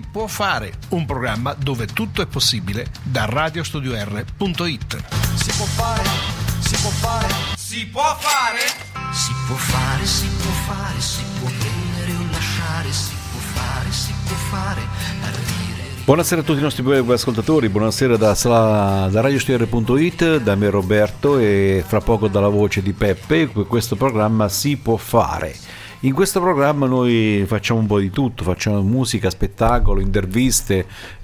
può fare, un programma dove tutto è possibile da radiostudioR.it. Si può fare, si può fare, si può fare, si può fare, si può fare, si può prendere o lasciare, si può fare, ardire. Buonasera a tutti i nostri ascoltatori, buonasera da radiostudioR.it, da me Roberto e fra poco dalla voce di Peppe. Questo programma si può fare. In questo programma noi facciamo un po' di tutto, facciamo musica, spettacolo, interviste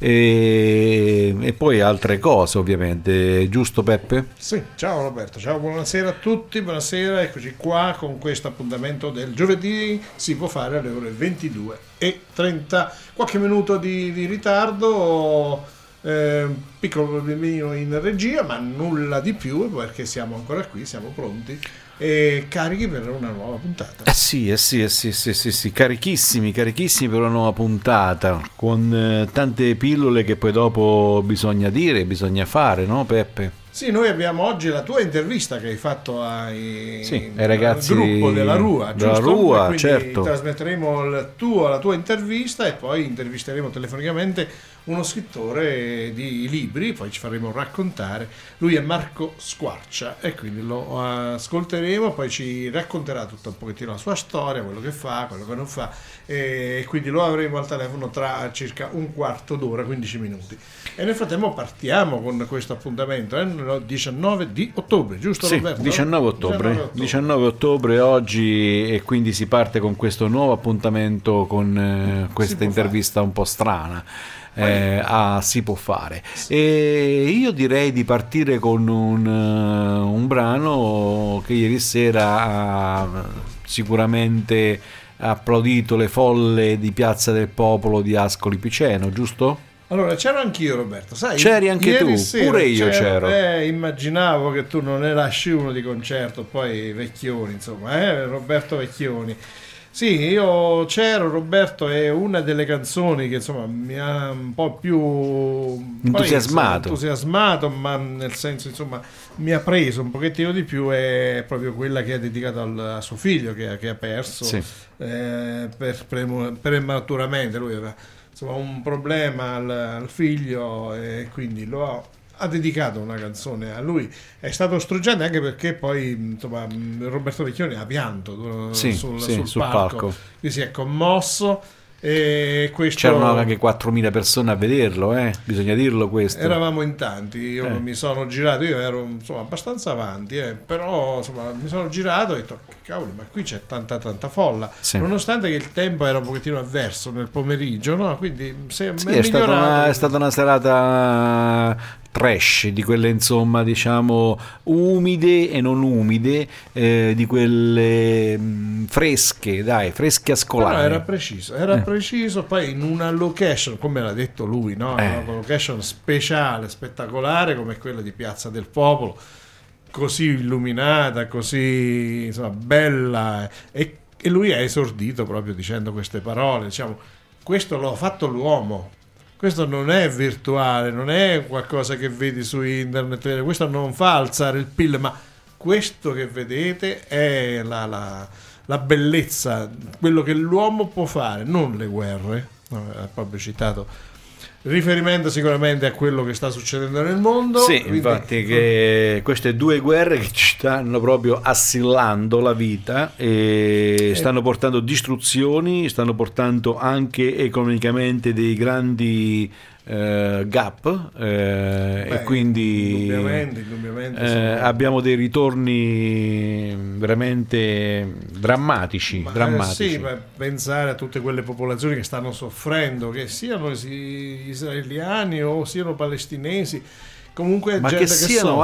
e poi altre cose ovviamente, giusto Peppe? Sì, ciao Roberto, ciao, buonasera a tutti, buonasera, eccoci qua con questo appuntamento del giovedì, si può fare alle ore 22:30, qualche minuto di ritardo, piccolo problemino in regia, ma nulla di più perché siamo ancora qui, siamo pronti e carichi per una nuova puntata. Sì, carichissimi per una nuova puntata, con tante pillole che poi dopo bisogna dire, bisogna fare, no Peppe? Sì, noi abbiamo oggi la tua intervista che hai fatto ai ragazzi al gruppo della Rua, giusto? Della Rua, quindi certo. Trasmetteremo la tua intervista e poi intervisteremo telefonicamente uno scrittore di libri, poi ci faremo raccontare. Lui è Marco Squarcia e quindi lo ascolteremo, poi ci racconterà tutto un pochettino la sua storia, quello che fa, quello che non fa, e quindi lo avremo al telefono tra circa un quarto d'ora, 15 minuti. E nel frattempo partiamo con questo appuntamento, il 19 di ottobre, giusto Roberto? 19 ottobre oggi, e quindi si parte con questo nuovo appuntamento con questa intervista un po' strana. Si può fare. E io direi di partire con un brano che ieri sera ha sicuramente applaudito le folle di Piazza del Popolo di Ascoli Piceno, giusto? Allora, c'ero anch'io Roberto, sai? C'eri anche tu, pure io c'ero. Immaginavo che tu non ne lasci uno di concerto, poi Vecchioni, insomma, Roberto Vecchioni. Sì, io c'ero, Roberto, è una delle canzoni che insomma mi ha un po' più entusiasmato, ma nel senso insomma mi ha preso un pochettino di più, è proprio quella che ha dedicato a suo figlio che ha perso, sì. Prematuramente. Lui aveva insomma un problema al figlio e quindi ha dedicato una canzone a lui. È stato struggente anche perché poi insomma Roberto Vecchioni ha pianto sul palco. Lui si è commosso e c'erano anche 4.000 persone a vederlo, bisogna dirlo questo. Eravamo in tanti, io mi sono girato, io ero insomma abbastanza avanti, però insomma mi sono girato e ho detto cavolo, ma qui c'è tanta folla, nonostante che il tempo era un pochettino avverso nel pomeriggio, no? Quindi è stata una serata trash, di quelle insomma diciamo umide e non umide, di quelle fresche a scolare. Era preciso, poi in una location, come l'ha detto lui, no? Una location speciale, spettacolare come quella di Piazza del Popolo, così illuminata, così insomma bella, e lui ha esordito proprio dicendo queste parole, diciamo, questo l'ha fatto l'uomo. Questo non è virtuale, non è qualcosa che vedi su internet, questo non fa alzare il PIL, ma questo che vedete è la bellezza, quello che l'uomo può fare, non le guerre. Ha proprio citato riferimento sicuramente a quello che sta succedendo nel mondo. Sì, quindi, infatti che queste due guerre che ci stanno proprio assillando la vita e stanno portando distruzioni, stanno portando anche economicamente dei grandi gap, e quindi indubbiamente abbiamo dei ritorni veramente drammatici. Sì, pensare a tutte quelle popolazioni che stanno soffrendo, che siano israeliani o siano palestinesi, comunque ma gente che siano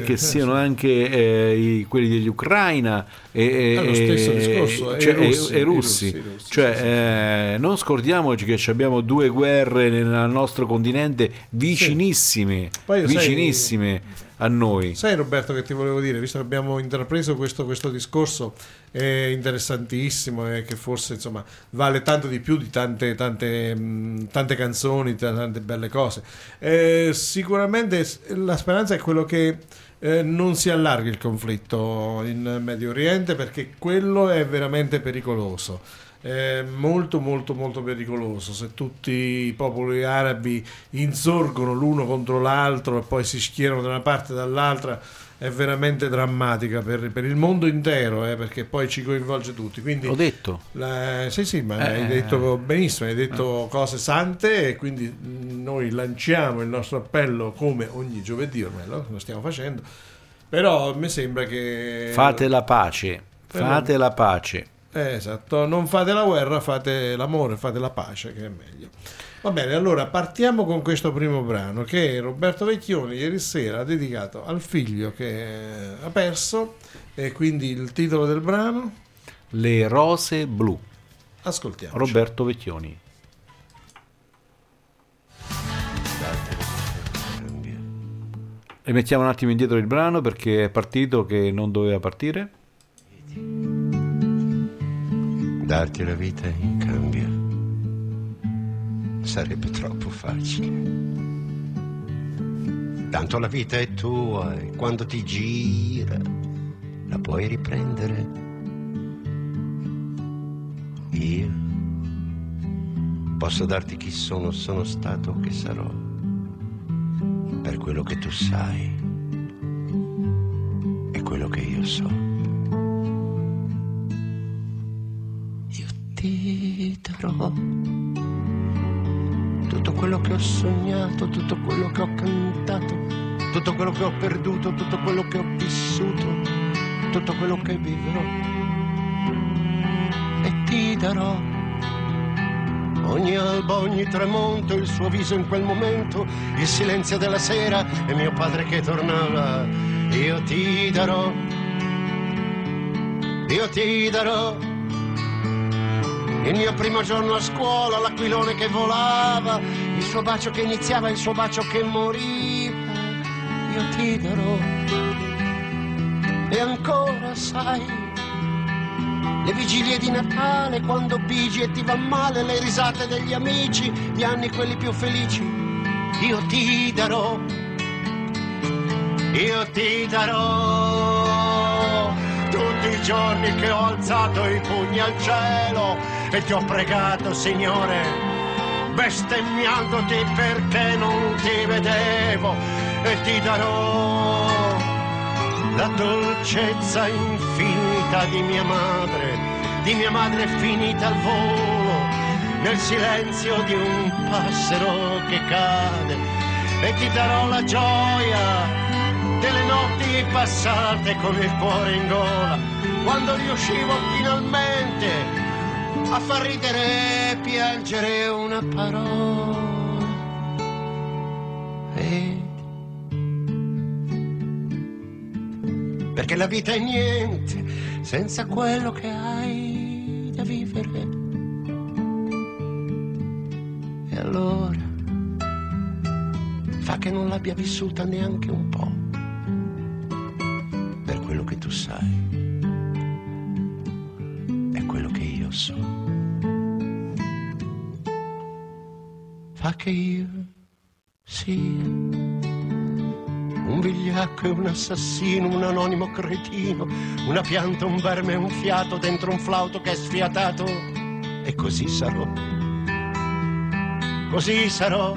anche quelli degli Ucraina è lo stesso discorso, e russi. Non scordiamoci che abbiamo due guerre nel nostro continente vicinissime, vicinissime a noi. Sai Roberto, che ti volevo dire, visto che abbiamo intrapreso questo discorso interessantissimo e che forse insomma vale tanto di più di tante canzoni, tante belle cose, sicuramente la speranza è quello che non si allarghi il conflitto in Medio Oriente, perché quello è veramente pericoloso. è molto molto molto pericoloso. Se tutti i popoli arabi insorgono l'uno contro l'altro e poi si schierano da una parte e dall'altra, è veramente drammatica per il mondo intero, perché poi ci coinvolge tutti. Quindi l'ho detto. Sì, ma hai detto benissimo, hai detto cose sante, e quindi noi lanciamo il nostro appello come ogni giovedì, ormai lo stiamo facendo, però mi sembra che fate la pace, fate la pace. Esatto, non fate la guerra, fate l'amore, fate la pace, che è meglio. Va bene, allora partiamo con questo primo brano che Roberto Vecchioni ieri sera ha dedicato al figlio che ha perso, e quindi il titolo del brano? Le rose blu. Ascoltiamo. Roberto Vecchioni. E mettiamo un attimo indietro il brano perché è partito che non doveva partire. Darti la vita in cambio sarebbe troppo facile. Tanto la vita è tua e quando ti gira la puoi riprendere. Io posso darti chi sono stato o che sarò, per quello che tu sai e quello che io so. Io ti darò tutto quello che ho sognato, tutto quello che ho cantato, tutto quello che ho perduto, tutto quello che ho vissuto, tutto quello che vivrò. E ti darò ogni alba, ogni tramonto, il suo viso in quel momento, il silenzio della sera e mio padre che tornava. Io ti darò il mio primo giorno a scuola, l'aquilone che volava, il suo bacio che iniziava, il suo bacio che moriva. Io ti darò. E ancora sai, le vigilie di Natale, quando bigi e ti va male, le risate degli amici, gli anni quelli più felici. Io ti darò tutti i giorni che ho alzato i pugni al cielo e ti ho pregato, Signore, bestemmiandoti perché non ti vedevo. E ti darò la dolcezza infinita di mia madre finita al volo, nel silenzio di un passero che cade. E ti darò la gioia delle notti passate con il cuore in gola, quando riuscivo finalmente a far ridere e piangere una parola. Perché la vita è niente senza quello che hai da vivere. E allora fa che non l'abbia vissuta neanche un po', per quello che tu sai e quello che io so. Fa che io sia un vigliacco e un assassino, un anonimo cretino, una pianta, un verme e un fiato dentro un flauto che è sfiatato. E così sarò. Così sarò.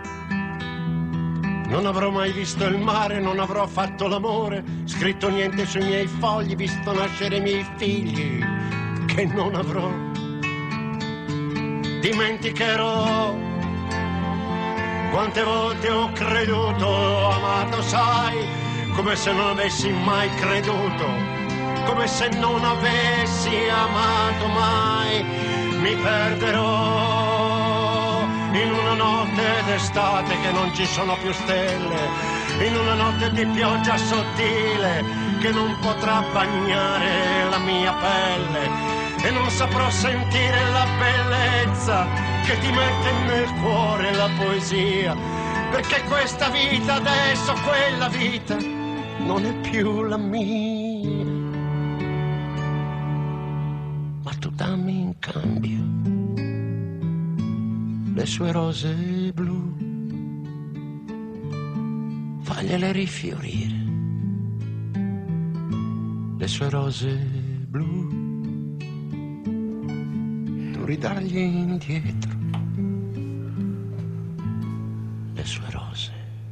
Non avrò mai visto il mare, non avrò fatto l'amore, scritto niente sui miei fogli, visto nascere i miei figli, che non avrò. Dimenticherò quante volte ho creduto, ho amato, sai, come se non avessi mai creduto, come se non avessi amato mai. Mi perderò in una notte d'estate che non ci sono più stelle, in una notte di pioggia sottile che non potrà bagnare la mia pelle. E non saprò sentire la bellezza che ti mette nel cuore la poesia, perché questa vita adesso, quella vita, non è più la mia. Ma tu dammi in cambio le sue rose blu, fagliele rifiorire, le sue rose blu. ridargli indietro le sue rose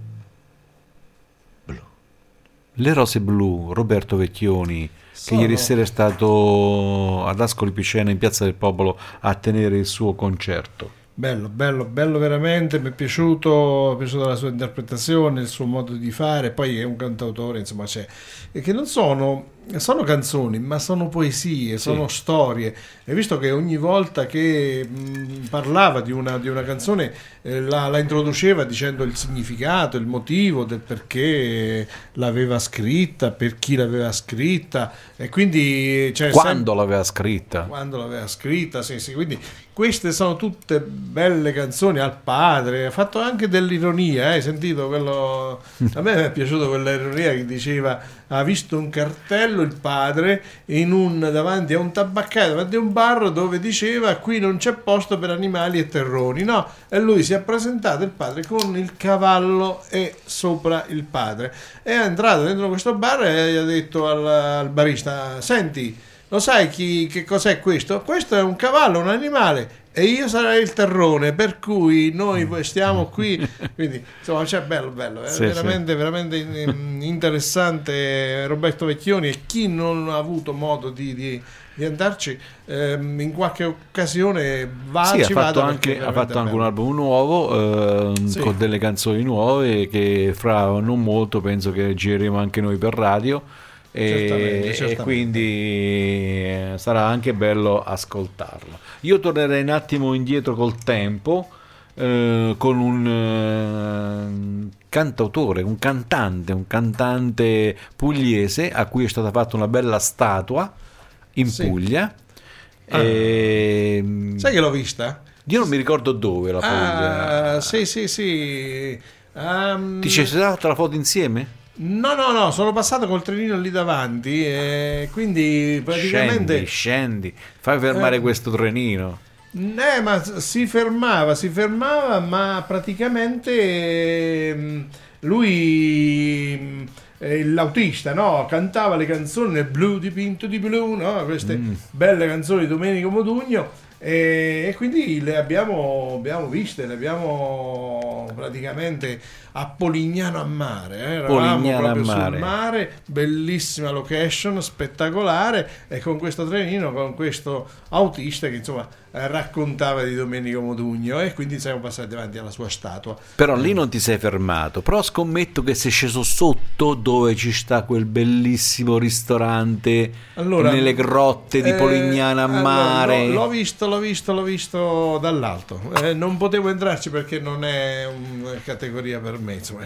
blu. Le rose blu, Roberto Vecchioni, che ieri sera è stato ad Ascoli Piceno in Piazza del Popolo a tenere il suo concerto. Bello, bello, bello veramente, mi è piaciuto la sua interpretazione, il suo modo di fare, poi è un cantautore, insomma, e che non sono canzoni, ma sono poesie, sono storie. E visto che ogni volta che parlava di una canzone la introduceva dicendo il significato, il motivo del perché l'aveva scritta, per chi l'aveva scritta, e quindi quando l'aveva scritta, sì, quindi queste sono tutte belle canzoni al padre. Ha fatto anche dell'ironia, hai sentito quello? A me è piaciuta quella ironia che diceva: ha visto un cartello il padre davanti a un tabaccaio, davanti a un bar, dove diceva: qui non c'è posto per animali e terroni, no? E lui si è presentato, il padre, con il cavallo e sopra il padre, è entrato dentro questo bar e gli ha detto al barista: senti, lo sai che cos'è questo? Questo è un cavallo, un animale, e io sarei il terrone, per cui noi stiamo qui. Quindi insomma, c'è bello, è sì, veramente interessante Roberto Vecchioni, e chi non ha avuto modo di andarci in qualche occasione ha fatto anche un album nuovo con delle canzoni nuove che fra non molto penso che gireremo anche noi per radio. Certamente. E quindi sarà anche bello ascoltarlo. Io tornerei un attimo indietro col tempo con un cantautore, un cantante pugliese a cui è stata fatta una bella statua in Puglia. Sai che l'ho vista? Io non mi ricordo dove la Puglia. Sì. Ti ci sei data la foto insieme? No, sono passato col trenino lì davanti, e quindi praticamente scendi, fai fermare questo trenino. Ma si fermava, ma praticamente lui, l'autista, no? Cantava le canzoni nel blu dipinto di blu, no? Queste belle canzoni di Domenico Modugno. E quindi le abbiamo viste, le abbiamo praticamente a Polignano a Mare, eravamo proprio sul mare, bellissima location, spettacolare, e con questo trenino, con questo autista che insomma raccontava di Domenico Modugno, e quindi siamo passati davanti alla sua statua. Però lì non ti sei fermato, però scommetto che sei sceso sotto dove ci sta quel bellissimo ristorante, nelle grotte di Polignano a Mare. L'ho visto dall'alto, non potevo entrarci perché non è una categoria per me, insomma,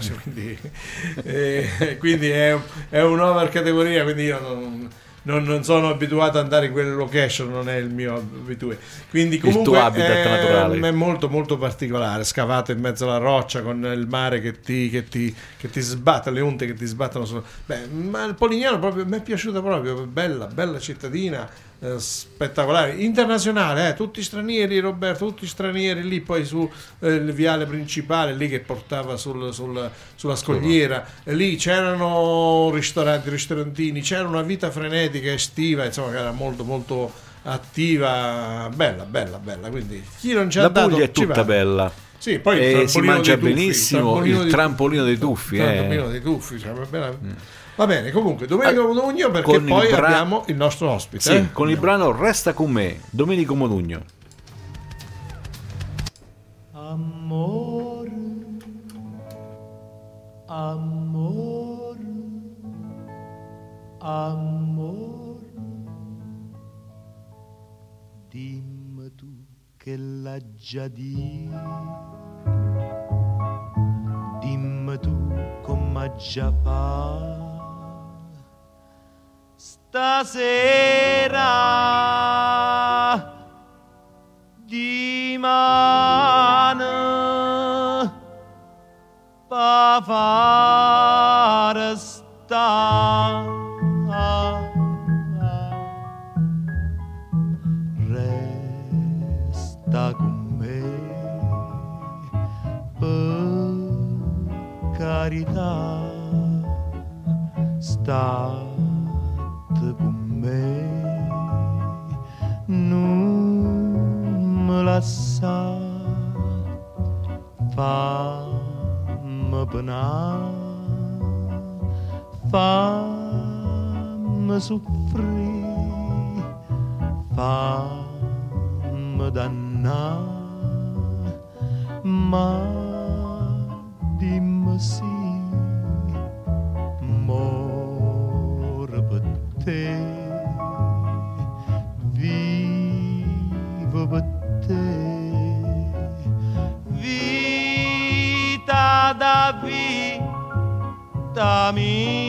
quindi è un'over categoria, quindi io non sono abituato ad andare in quelle location, non è il mio abitudine. Quindi comunque il tuo habitat naturale è molto molto particolare, scavato in mezzo alla roccia, con il mare che ti sbatte, le onde che ti sbattono ma il Polignano proprio mi è piaciuta, proprio bella cittadina, spettacolare, internazionale, tutti stranieri, Roberto, tutti stranieri lì, poi su il viale principale lì che portava sulla scogliera, lì c'erano ristorantini, c'era una vita frenetica estiva, insomma, che era molto molto attiva, bella, quindi chi non c'è andato, la Puglia è tutta bella. Sì, poi si mangia benissimo, il trampolino dei tuffi, Va bene, comunque Domenico Modugno, perché poi abbiamo il nostro ospite. Sì, con il brano Resta con me, Domenico Modugno. Amor, amor, amor, dimmi tu che l'ha già detto, dimmi tu come già fa. Stasera di mano pa fare sta, resta con me per carità, sta con me, non passar, fa-me penar, fa-me soffrir, fa-me dannar, ma dimmi sì, moro per te, vivo per te, vita da vita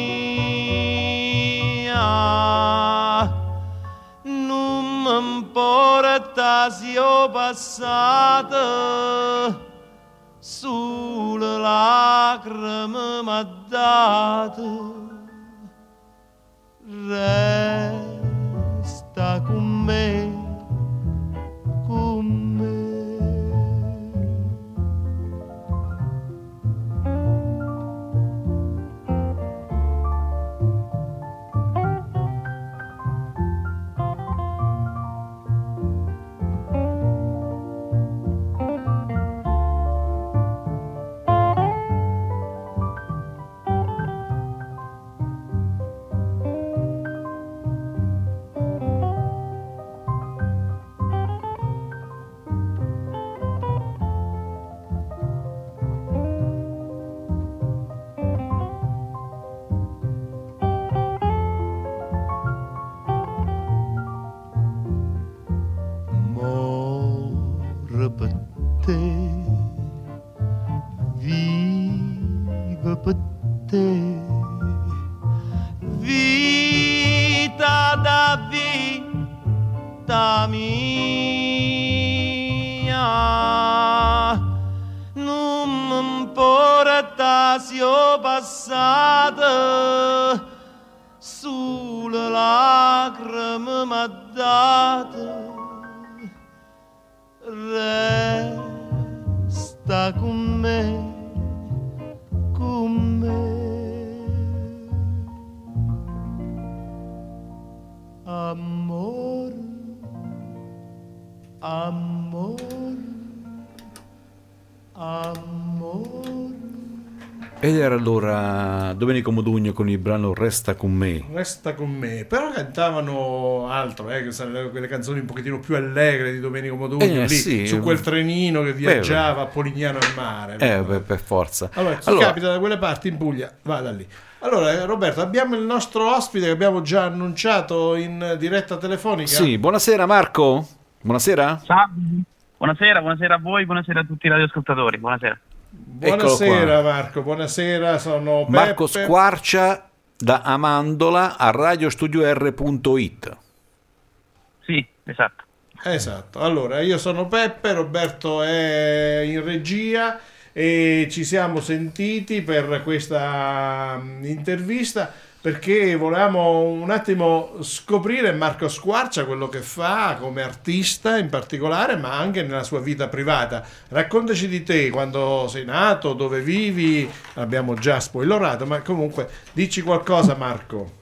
mia, non mi importa se ho passato, sulle lacrime m'ha dato, resta con me, con me. Per te, vivo per te, vita da vita mia, non mi importa se ho passato, sulle lacrime m'ha dato, resta con me, con me. Amor, amor, amor. Ed era allora Domenico Modugno con il brano Resta con me. Resta con me, però cantavano altro, che sarebbero quelle canzoni un pochettino più allegre di Domenico Modugno, lì, sì, su quel trenino che viaggiava a Polignano al mare. Per forza. Allora, chi capita da quelle parti in Puglia, va da lì. Allora, Roberto, abbiamo il nostro ospite che abbiamo già annunciato in diretta telefonica. Sì, buonasera Marco. Buonasera. Ciao. Buonasera a voi, buonasera a tutti i radioascoltatori, buonasera. Buonasera Marco, buonasera, sono Peppe. Marco Squarcia da Amandola a radiostudio.r.it. Sì, esatto. Esatto, allora io sono Peppe, Roberto è in regia e ci siamo sentiti per questa intervista perché volevamo un attimo scoprire Marco Squarcia, quello che fa come artista in particolare, ma anche nella sua vita privata. Raccontaci di te, quando sei nato, dove vivi, abbiamo già spoilorato, ma comunque dici qualcosa Marco.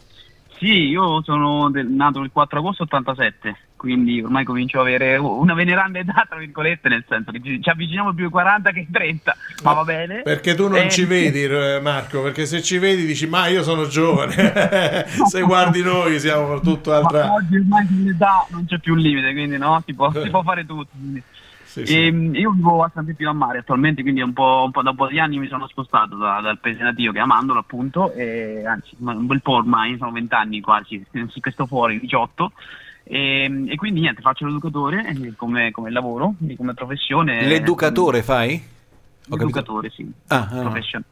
Sì, io sono nato il 4 agosto 87, quindi ormai comincio ad avere una veneranda età, tra virgolette, nel senso che ci avviciniamo più ai 40 che ai 30, ma va bene. Perché tu non ci vedi Marco, perché se ci vedi dici ma io sono giovane, se guardi noi siamo tutto altra... Ma oggi ormai l'età non c'è più un limite, quindi no, si può fare tutto. Quindi. Sì. Io vivo a San Peppino a Mare attualmente, quindi da un po' di anni mi sono spostato dal paese natio che è Amandola appunto, e anzi un bel po' ormai, sono 20 anni quasi che sto fuori, 18, e quindi niente, faccio l'educatore come lavoro, quindi come professione. L'educatore fai? L'educatore, sì, professione.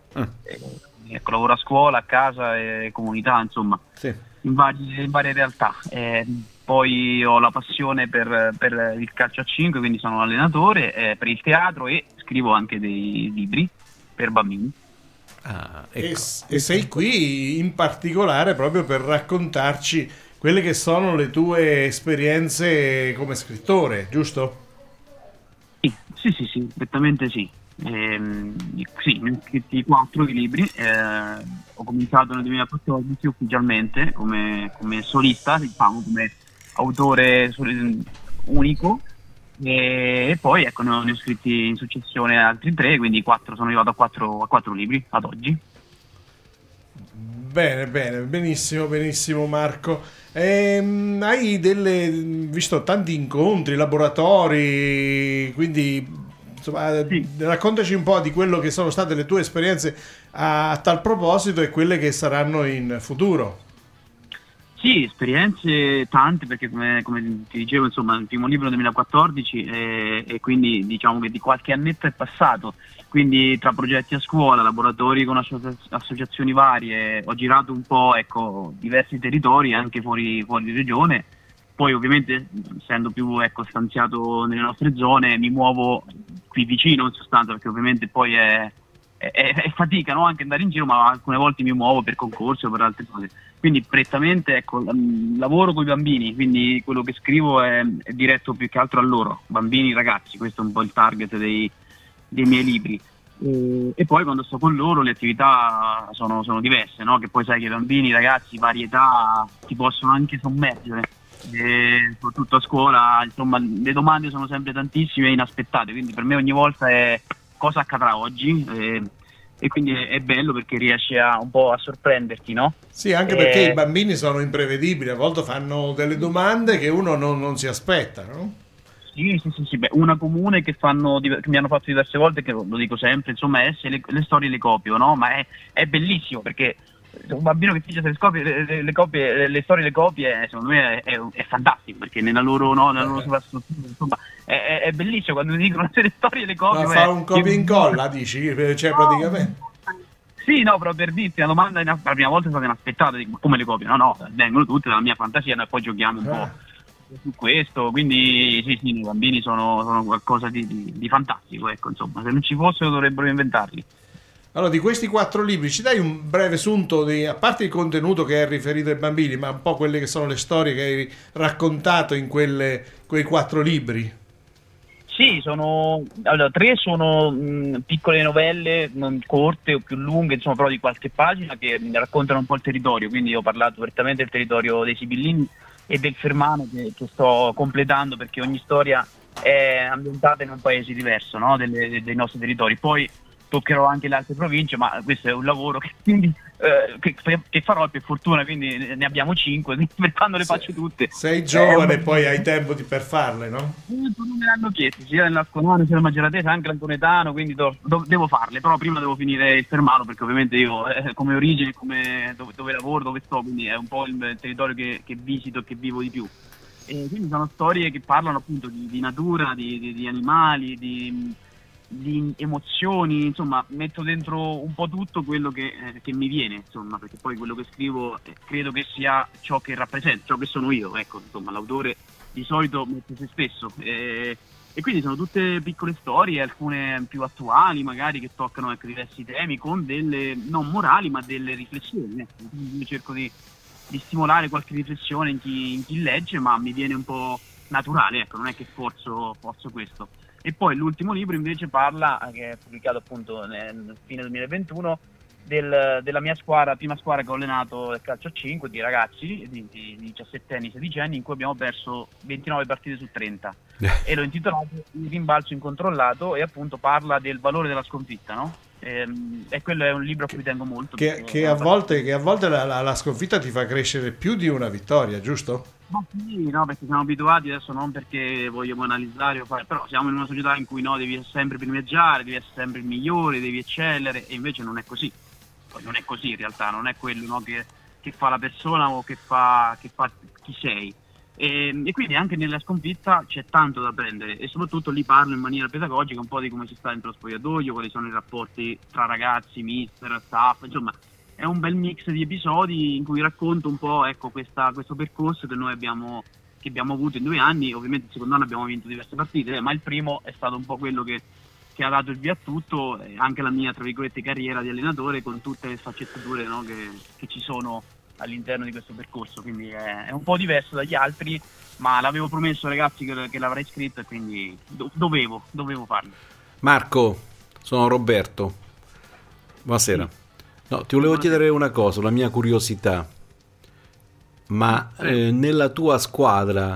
Ecco, lavoro a scuola, a casa e comunità, insomma, sì. in varie realtà. Poi ho la passione per il calcio a 5, quindi sono un allenatore, per il teatro e scrivo anche dei libri per bambini. Ecco. E sei qui in particolare proprio per raccontarci quelle che sono le tue esperienze come scrittore, giusto? Sì, prettamente sì. Sì, ne ho scritti 4 di libri, ho cominciato nel 2014 ufficialmente come solista, diciamo come autore unico, E poi ecco, ne ho scritti in successione altri 3, quindi sono arrivato a 4 libri ad oggi. Bene, benissimo Marco. Hai visto tanti incontri, laboratori, quindi insomma, Sì. raccontaci un po' di quello che sono state le tue esperienze a tal proposito e quelle che saranno in futuro. Sì, esperienze tante, perché come ti dicevo, insomma, il primo libro nel 2014 e quindi diciamo che di qualche annetto è passato, quindi tra progetti a scuola, laboratori con associazioni varie, ho girato un po', ecco, diversi territori anche fuori regione. Poi ovviamente, essendo più, ecco, stanziato nelle nostre zone, mi muovo qui vicino in sostanza, perché ovviamente poi è fatica, no? Anche andare in giro, ma alcune volte mi muovo per concorsi o per altre cose. Quindi prettamente, ecco, lavoro con i bambini, quindi quello che scrivo è diretto più che altro a loro, bambini, ragazzi, questo è un po' il target dei miei libri. E poi quando sto con loro le attività sono diverse, no? Che poi sai che i bambini, i ragazzi, varietà ti possono anche sommergere. E soprattutto a scuola, insomma, le domande sono sempre tantissime e inaspettate, quindi per me ogni volta è cosa accadrà oggi, e quindi è bello perché riesce un po' a sorprenderti, no? Sì, anche perché i bambini sono imprevedibili, a volte fanno delle domande che uno non si aspetta, no? Sì. Beh, una comune che mi hanno fatto diverse volte, che lo dico sempre, insomma, è se le storie le copio, no? Ma è bellissimo, perché un bambino che dice se le storie le copie, secondo me è fantastico, perché nella loro sovrastruttura, insomma, è bellissimo quando mi dicono se le storie le copie. Ma fa un copia e incolla, dici? Cioè, praticamente. Sì, no, però per dirti, la domanda la prima volta è stata inaspettata, dico, come le copie? No, vengono tutte dalla mia fantasia, noi poi giochiamo un po' su questo, quindi sì, i bambini sono qualcosa di fantastico, ecco, insomma, se non ci fossero dovrebbero inventarli. Allora, di questi 4 libri ci dai un breve sunto, a parte il contenuto che è riferito ai bambini, ma un po' quelle che sono le storie che hai raccontato in quei 4 libri? Sì, allora, 3 sono piccole novelle, corte o più lunghe, insomma, però di qualche pagina, che raccontano un po' il territorio, quindi ho parlato prettamente del territorio dei Sibillini e del Fermano che sto completando, perché ogni storia è ambientata in un paese diverso, no? Dei nostri territori. Poi toccherò anche le altre province, ma questo è un lavoro che farò per fortuna, quindi ne abbiamo 5, quindi per quando le faccio tutte. Sei giovane e poi hai tempo per farle, no? Non me l'hanno chiesto, sia nell'Ascolano sia nel Mageratese, anche l'Antonetano, quindi devo farle, però prima devo finire il Fermano, perché ovviamente io come origine, come dove lavoro, dove sto, quindi è un po' il territorio che visito e che vivo di più. E quindi sono storie che parlano appunto di natura, di animali, di emozioni, insomma, metto dentro un po' tutto quello che mi viene, insomma, perché poi quello che scrivo credo che sia ciò che rappresenta, ciò che sono io, ecco, insomma, l'autore di solito mette se stesso, e quindi sono tutte piccole storie, alcune più attuali magari, che toccano, ecco, diversi temi, con delle non morali ma delle riflessioni, ecco. Quindi io cerco di stimolare qualche riflessione in chi legge, ma mi viene un po' naturale, ecco, non è che forzo questo. E poi l'ultimo libro invece parla, che è pubblicato appunto nel fine 2021, della mia prima squadra che ho allenato del calcio a 5, di ragazzi di 17 anni, 16 anni, in cui abbiamo perso 29 partite su 30 e l'ho intitolato Il rimbalzo incontrollato, e appunto parla del valore della sconfitta, no? E quello è un libro a cui tengo molto, che a volte la sconfitta ti fa crescere più di una vittoria, giusto? Ma sì, no, perché siamo abituati, adesso non perché vogliamo analizzare o fare, però siamo in una società in cui no, devi sempre primeggiare, devi essere sempre il migliore, devi eccellere, e invece non è così. Poi non è così in realtà, non è quello, no, che fa la persona o che fa chi sei. E quindi anche nella sconfitta c'è tanto da prendere, e soprattutto lì parlo in maniera pedagogica un po' di come si sta dentro lo spogliatoio, quali sono i rapporti tra ragazzi, mister, staff, insomma è un bel mix di episodi in cui racconto un po', ecco, questo percorso che noi abbiamo avuto in 2 anni. Ovviamente il secondo anno abbiamo vinto diverse partite, ma il primo è stato un po' quello che ha dato il via a tutto, anche la mia, tra virgolette, carriera di allenatore, con tutte le sfaccettature, no, che ci sono all'interno di questo percorso, quindi è un po' diverso dagli altri, ma l'avevo promesso, ragazzi, che l'avrei scritto, e quindi dovevo farlo. Marco, sono Roberto, buonasera. Sì. No, ti volevo chiedere una cosa, una mia curiosità, ma nella tua squadra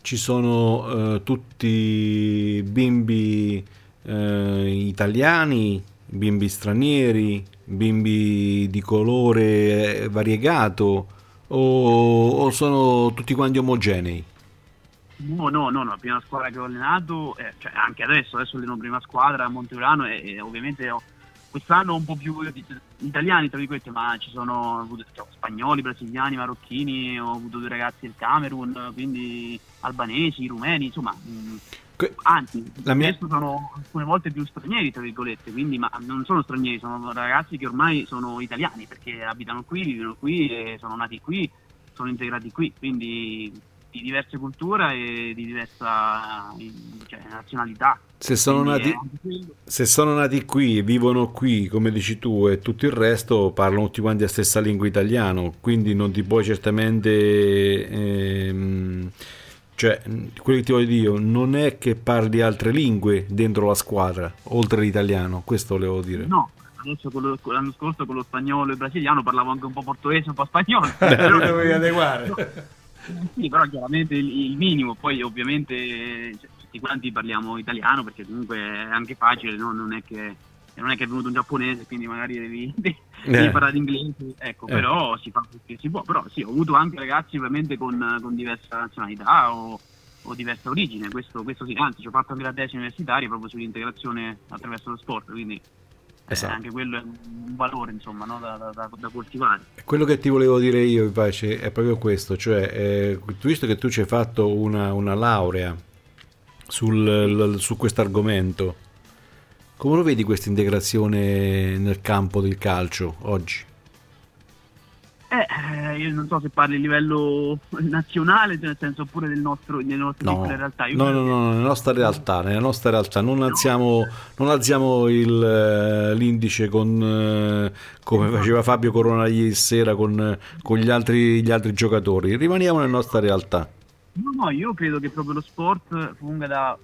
ci sono tutti bimbi italiani, bimbi stranieri, bimbi di colore variegato, o sono tutti quanti omogenei? No, la prima squadra che ho allenato, cioè anche adesso alleno prima squadra a Monteurano e ovviamente quest'anno un po' più italiani tra virgolette, ma ci sono spagnoli, brasiliani, marocchini, ho avuto 2 ragazzi del Camerun, quindi albanesi, rumeni, insomma, anzi, spesso sono alcune volte più stranieri tra virgolette, quindi ma non sono stranieri, sono ragazzi che ormai sono italiani perché abitano qui, vivono qui, e sono nati qui, sono integrati qui, quindi di diverse culture e di diversa nazionalità. Se sono nati qui, vivono qui, come dici tu, e tutto il resto parlano tutti quanti la stessa lingua italiano, quindi non ti puoi certamente cioè, quello che ti voglio dire non è che parli altre lingue dentro la squadra oltre l'italiano, questo volevo dire. No, adesso l'anno scorso con lo spagnolo e il brasiliano parlavo anche un po' portoghese, un po' spagnolo. Però dovevi adeguare. Sì, però chiaramente il minimo, poi ovviamente tutti quanti parliamo italiano perché comunque è anche facile, no? Non è che è venuto un giapponese, quindi magari devi parlare inglese, ecco, però si fa quello che si può. Però sì, ho avuto anche ragazzi ovviamente con diversa nazionalità o diversa origine, questo sì, anzi ci ho fatto anche la tesi universitaria proprio sull'integrazione attraverso lo sport, quindi esatto. Anche quello è un valore, insomma, no? da coltivare. Quello che ti volevo dire io invece è proprio questo, cioè visto che tu ci hai fatto una laurea su questo argomento, come lo vedi questa integrazione nel campo del calcio oggi? Io non so se parli a livello nazionale, nel senso, oppure nelle nostre piccole realtà. No, nella nostra realtà non alziamo l'indice come faceva Fabio Corona ieri sera con gli altri giocatori. Rimaniamo nella nostra realtà. No, io credo che proprio lo sport funga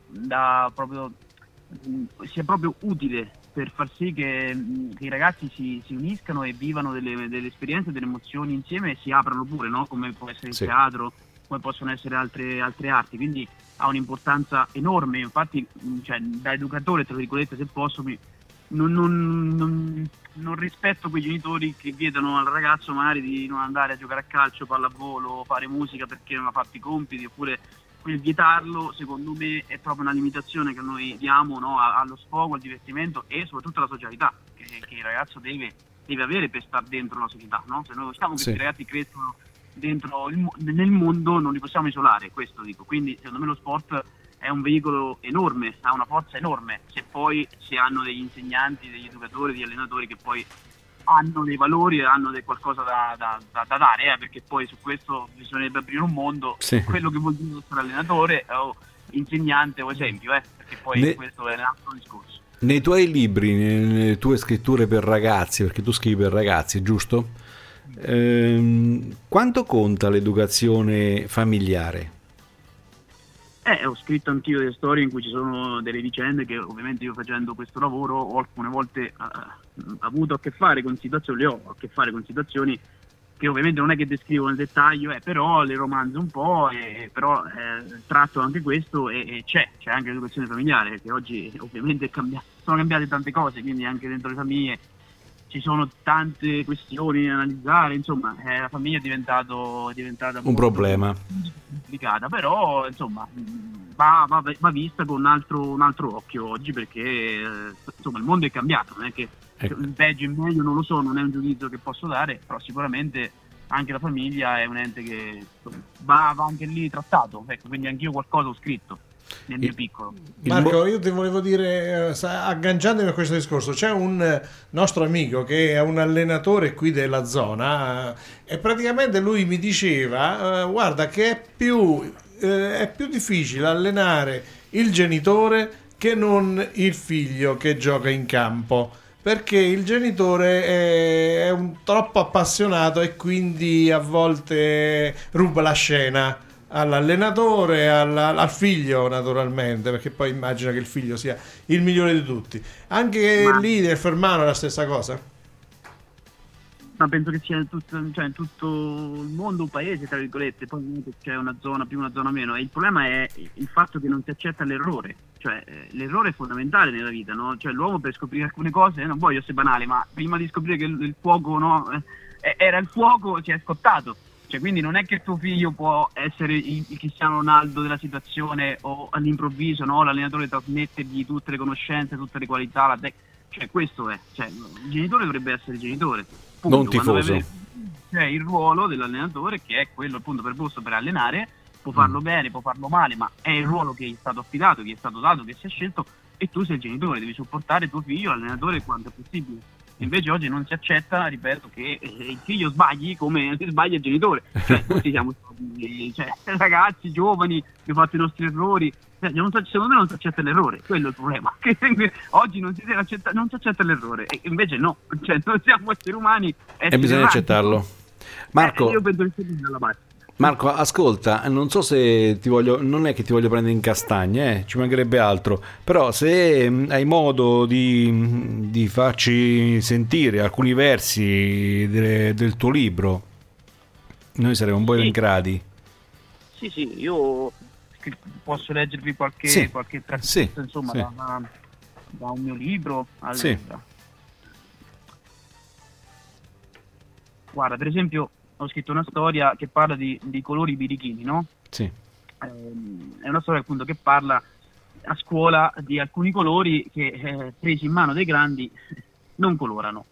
sia proprio utile per far sì che i ragazzi si uniscano e vivano delle esperienze, delle emozioni insieme e si aprano pure, no? Come può essere il teatro, come possono essere altre arti, quindi ha un'importanza enorme. Infatti, cioè, da educatore, tra virgolette, se posso, non rispetto quei genitori che vietano al ragazzo magari di non andare a giocare a calcio, pallavolo, fare musica perché non ha fatto i compiti, oppure quel vietarlo, secondo me, è proprio una limitazione che noi diamo, no, allo sfogo, al divertimento e soprattutto alla socialità che il ragazzo deve avere per stare dentro la società, no? Se noi vogliamo che i ragazzi crescono dentro nel mondo, non li possiamo isolare, questo dico. Quindi secondo me lo sport è un veicolo enorme, ha una forza enorme, se poi si hanno degli insegnanti, degli educatori, degli allenatori che poi hanno dei valori e hanno qualcosa da dare, perché poi su questo bisognerebbe aprire un mondo, quello che vuol dire essere allenatore o insegnante o esempio, perché poi questo è un altro discorso. Nei tuoi libri, nelle tue scritture per ragazzi, perché tu scrivi per ragazzi, giusto? Quanto conta l'educazione familiare? Ho scritto anch'io delle storie in cui ci sono delle vicende che ovviamente io facendo questo lavoro ho alcune volte avuto a che fare con situazioni, che ovviamente non è che descrivo nel dettaglio, però le romanzo un po', però tratto anche questo e c'è anche l'educazione familiare, che oggi ovviamente sono cambiate tante cose, quindi anche dentro le famiglie ci sono tante questioni da analizzare, insomma la famiglia è diventata un problema complicata, però insomma va vista con un altro occhio oggi, perché insomma il mondo è cambiato, non è che in peggio in meglio, non lo so, non è un giudizio che posso dare, però sicuramente anche la famiglia è un ente che va anche lì trattato, ecco, quindi anch'io qualcosa ho scritto nel mio piccolo. Marco, io ti volevo dire, agganciandomi a questo discorso, c'è un nostro amico che è un allenatore qui della zona e praticamente lui mi diceva guarda che è più difficile allenare il genitore che non il figlio che gioca in campo, perché il genitore è troppo appassionato e quindi a volte ruba la scena all'allenatore, al figlio naturalmente, perché poi immagina che il figlio sia il migliore di tutti. Anche lì nel Fermano è la stessa cosa? ma penso che sia in tutto il mondo un paese, tra virgolette, poi ovviamente c'è una zona più, una zona meno, e il problema è il fatto che non si accetta l'errore, cioè l'errore è fondamentale nella vita, no? Cioè l'uomo per scoprire alcune cose, non voglio essere banale, ma prima di scoprire che il fuoco, no, era il fuoco, si è scottato. Cioè, quindi non è che tuo figlio può essere il Cristiano Ronaldo della situazione o all'improvviso, no? L'allenatore trasmettergli tutte le conoscenze, tutte le qualità, cioè questo è, cioè, il genitore dovrebbe essere genitore, punto. Non tifoso. C'è il ruolo dell'allenatore, che è quello appunto preposto per allenare, può farlo bene, può farlo male, ma è il ruolo che gli è stato affidato, che gli è stato dato, che si è scelto, e tu sei il genitore, devi supportare tuo figlio, l'allenatore, quanto è possibile. Invece oggi non si accetta, ripeto, che il figlio sbagli come sbaglia il genitore. Cioè, tutti siamo ragazzi, giovani, che fatto i nostri errori. Secondo me non si accetta l'errore, quello è il problema. Oggi non si accetta l'errore, e invece no, cioè, non siamo esseri umani. E bisogna accettarlo. Marco, io penso che sia dalla parte. Marco, ascolta, non so se non è che ti voglio prendere in castagne, ci mancherebbe altro, però se hai modo di farci sentire alcuni versi del tuo libro, noi saremo un po' in gradi. Sì, io posso leggervi qualche tratto, insomma, da un mio libro. Allora. Sì. Guarda, per esempio, ho scritto una storia che parla di colori birichini, no? Sì. È una storia appunto che parla a scuola di alcuni colori che presi in mano dai grandi non colorano.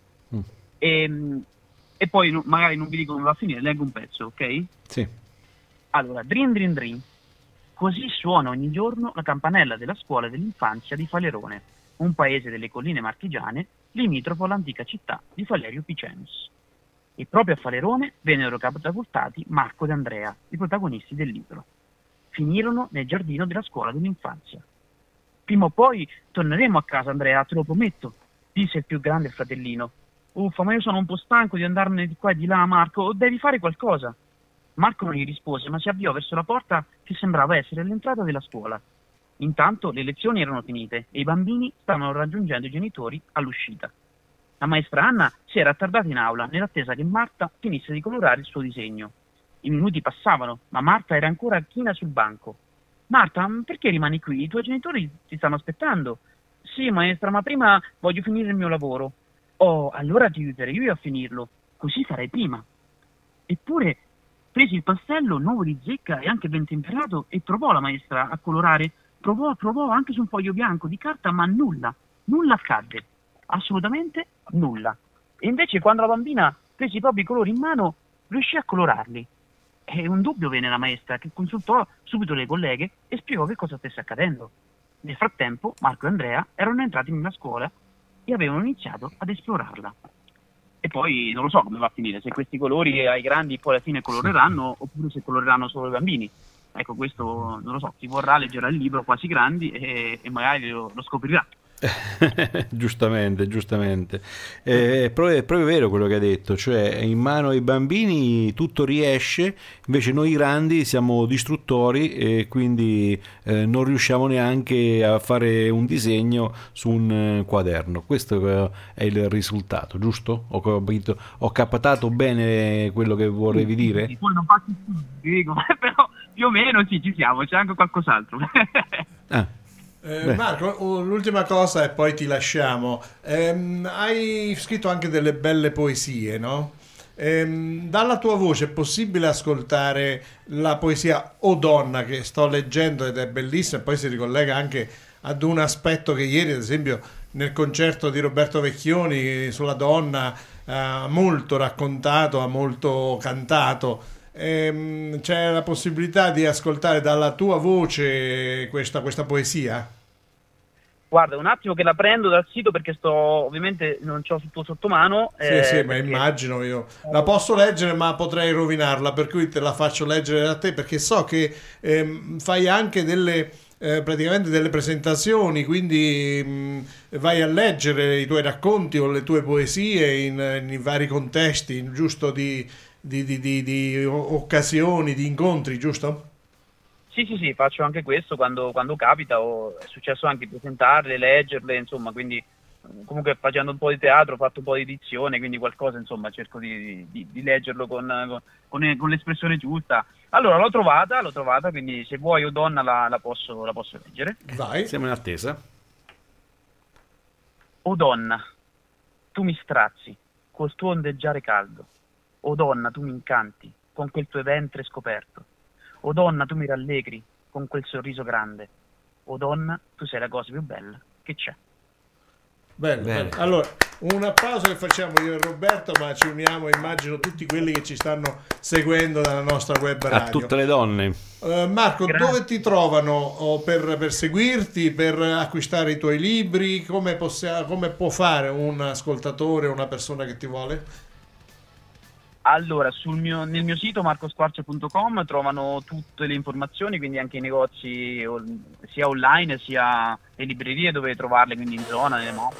E poi magari non vi dico come va a finire, leggo un pezzo, ok? Sì. Allora, drin drin drin. Così suona ogni giorno la campanella della scuola dell'infanzia di Falerone, un paese delle colline marchigiane limitrofo all'antica città di Falerio Picenus. E proprio a Falerone vennero catapultati Marco ed Andrea, i protagonisti del libro. Finirono nel giardino della scuola dell'infanzia. Prima o poi torneremo a casa, Andrea, te lo prometto, disse il più grande fratellino. Uffa, ma io sono un po' stanco di andarne di qua e di là, Marco, devi fare qualcosa. Marco non gli rispose, ma si avviò verso la porta che sembrava essere l'entrata della scuola. Intanto le lezioni erano finite e i bambini stavano raggiungendo i genitori all'uscita. La maestra Anna si era attardata in aula nell'attesa che Marta finisse di colorare il suo disegno. I minuti passavano, ma Marta era ancora china sul banco. Marta, perché rimani qui? I tuoi genitori ti stanno aspettando. Sì, maestra, ma prima voglio finire il mio lavoro. Oh, allora ti aiuterò io a finirlo, così farai prima. Eppure prese il pastello nuovo di zecca e anche ben temperato e provò la maestra a colorare. Provò anche su un foglio bianco di carta, ma nulla accadde. Assolutamente nulla. E invece quando la bambina prese i propri colori in mano, riuscì a colorarli. E un dubbio venne alla maestra, che consultò subito le colleghe e spiegò che cosa stesse accadendo. Nel frattempo Marco e Andrea erano entrati nella scuola e avevano iniziato ad esplorarla. E poi non lo so come va a finire, se questi colori ai grandi poi alla fine coloreranno oppure se coloreranno solo i bambini. Ecco, questo non lo so, chi vorrà leggerà il libro quasi grandi e magari lo scoprirà. Giustamente. È proprio vero quello che ha detto, cioè in mano ai bambini tutto riesce, invece noi grandi siamo distruttori e quindi non riusciamo neanche a fare un disegno su un quaderno. Questo è il risultato, giusto? Ho captato bene quello che volevi dire? Sì, poi non faccio dico, però più o meno sì, ci siamo, c'è anche qualcos'altro. Marco, l'ultima cosa e poi ti lasciamo. Hai scritto anche delle belle poesie, no? Dalla tua voce è possibile ascoltare la poesia O Donna che sto leggendo ed è bellissima, e poi si ricollega anche ad un aspetto che ieri, ad esempio, nel concerto di Roberto Vecchioni sulla donna ha molto raccontato, ha molto cantato. C'è la possibilità di ascoltare dalla tua voce questa poesia? Guarda, un attimo che la prendo dal sito perché ovviamente non c'ho sotto mano. Sì, ma immagino io. La posso leggere ma potrei rovinarla, per cui te la faccio leggere da te, perché so che fai anche praticamente delle presentazioni, quindi vai a leggere i tuoi racconti o le tue poesie in vari contesti, giusto, di occasioni, di incontri, giusto? Sì, faccio anche questo quando capita, è successo anche presentarle, leggerle, insomma, quindi comunque facendo un po' di teatro, ho fatto un po' di dizione, quindi qualcosa, insomma, cerco di leggerlo con l'espressione giusta. Allora l'ho trovata, quindi se vuoi o donna la posso leggere. Vai. Siamo in attesa. O donna, tu mi strazi col tuo ondeggiare caldo. O donna, tu mi incanti con quel tuo ventre scoperto. O donna, tu mi rallegri con quel sorriso grande. O donna, tu sei la cosa più bella che c'è. Bello. Allora, un applauso che facciamo io e Roberto, ma ci uniamo, immagino, tutti quelli che ci stanno seguendo dalla nostra web radio. A tutte le donne. Marco, Grazie. dove ti trovano per seguirti, per acquistare i tuoi libri? Come può fare un ascoltatore, una persona che ti vuole? Allora, nel mio sito marcosquarcia.com trovano tutte le informazioni, quindi anche i negozi sia online sia le librerie dove trovarle, quindi in zona, nelle mappe,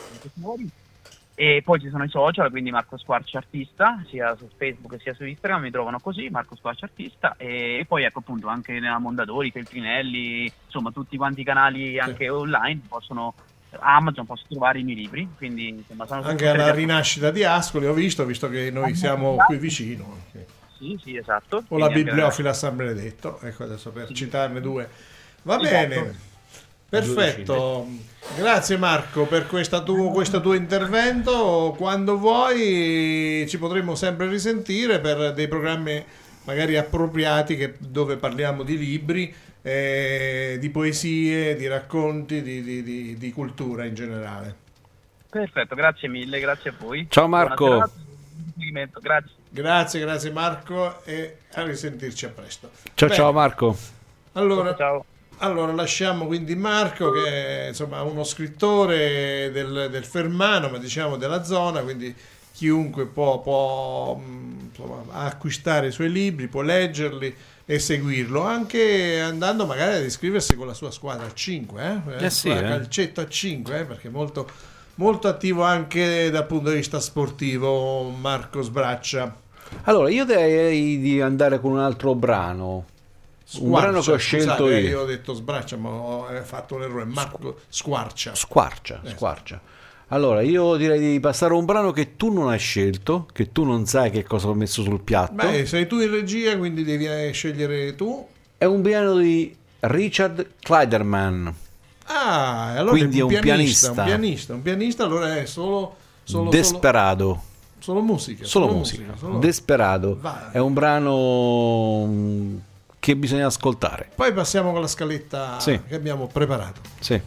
e poi ci sono i social, quindi Marco Squarcia Artista, sia su Facebook sia su Instagram, mi trovano così, Marco Squarcia Artista, e poi ecco appunto anche nella Mondadori, Feltrinelli, insomma tutti quanti i canali anche online Amazon posso trovare i miei libri, quindi insomma sono Anche alla Rinascita di Ascoli ho visto che noi siamo qui vicino. Sì, esatto. O la Quindi Bibliofila a San Benedetto, ecco, adesso per citarne due. Va Esatto. bene, perfetto. Grazie Marco per questo tuo intervento. Quando vuoi ci potremo sempre risentire per dei programmi magari appropriati dove parliamo di libri, di poesie, di racconti, di cultura in generale. Perfetto, grazie mille, grazie a voi. Ciao Marco. Buona serata, grazie. Grazie Marco, e a risentirci a presto. Ciao Marco. Ciao. Allora lasciamo quindi Marco, che è insomma uno scrittore del Fermano, ma diciamo della zona, quindi chiunque può insomma, acquistare i suoi libri, può leggerli e seguirlo, anche andando magari ad iscriversi con la sua squadra a 5, calcetto a 5, perché è molto, molto attivo anche dal punto di vista sportivo Marco Sbraccia. Allora io direi di andare con un altro brano. Un brano che ho scelto io ho detto Sbraccia, ma ho fatto un errore. Marco Squarcia. Squarcia. Allora, io direi di passare a un brano che tu non hai scelto, che tu non sai che cosa ho messo sul piatto. Beh, sei tu in regia, quindi devi scegliere tu. È un brano di Richard Clayderman. Ah, allora quindi è un pianista. Un pianista, allora è solo Desperado. Solo musica. Desperado. Vai. È un brano che bisogna ascoltare. Poi passiamo con la scaletta Sì. che abbiamo preparato. Sì.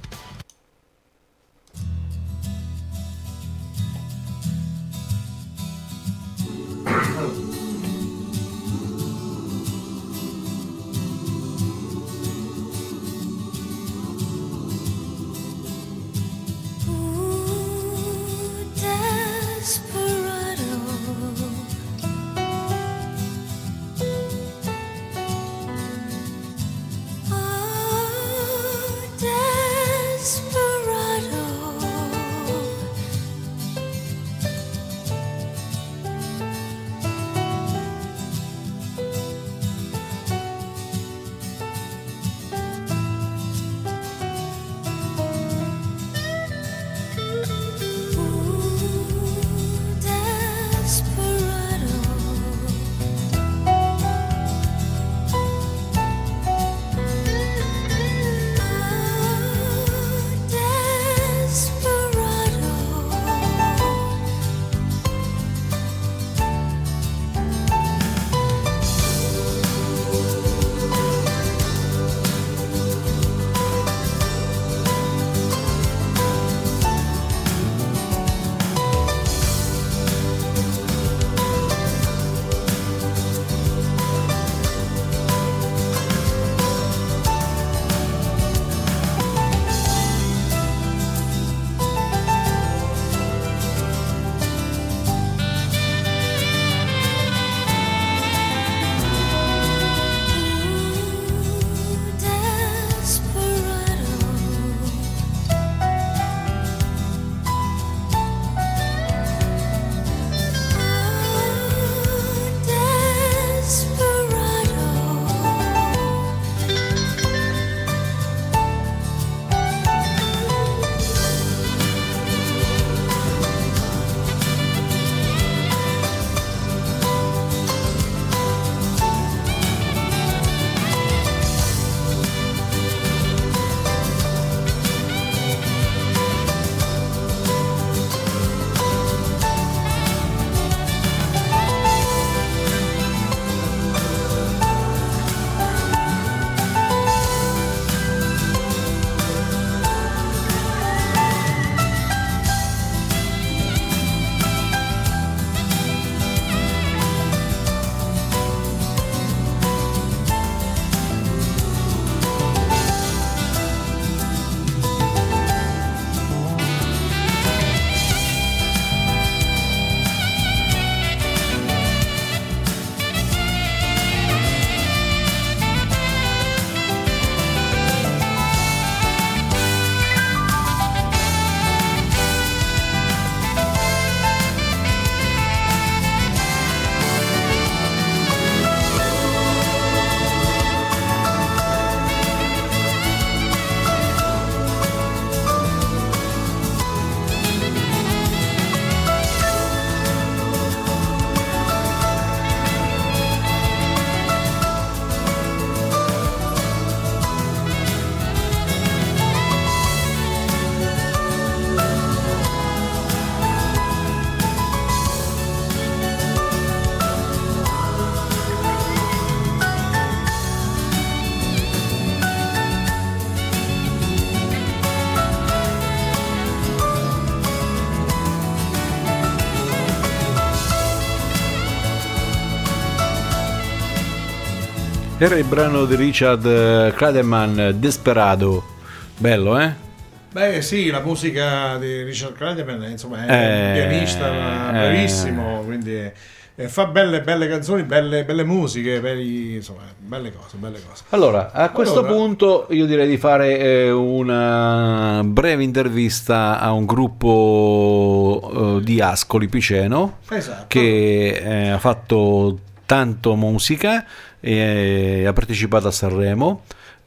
Era il brano di Richard Clayderman, Desperado. Bello, eh? Beh sì, la musica di Richard Clayderman insomma è un pianista bravissimo, quindi fa belle canzoni, belle musiche, insomma, belle cose. Allora, a questo punto io direi di fare una breve intervista a un gruppo di Ascoli Piceno, esatto, che ha fatto tanto musica e ha partecipato a Sanremo.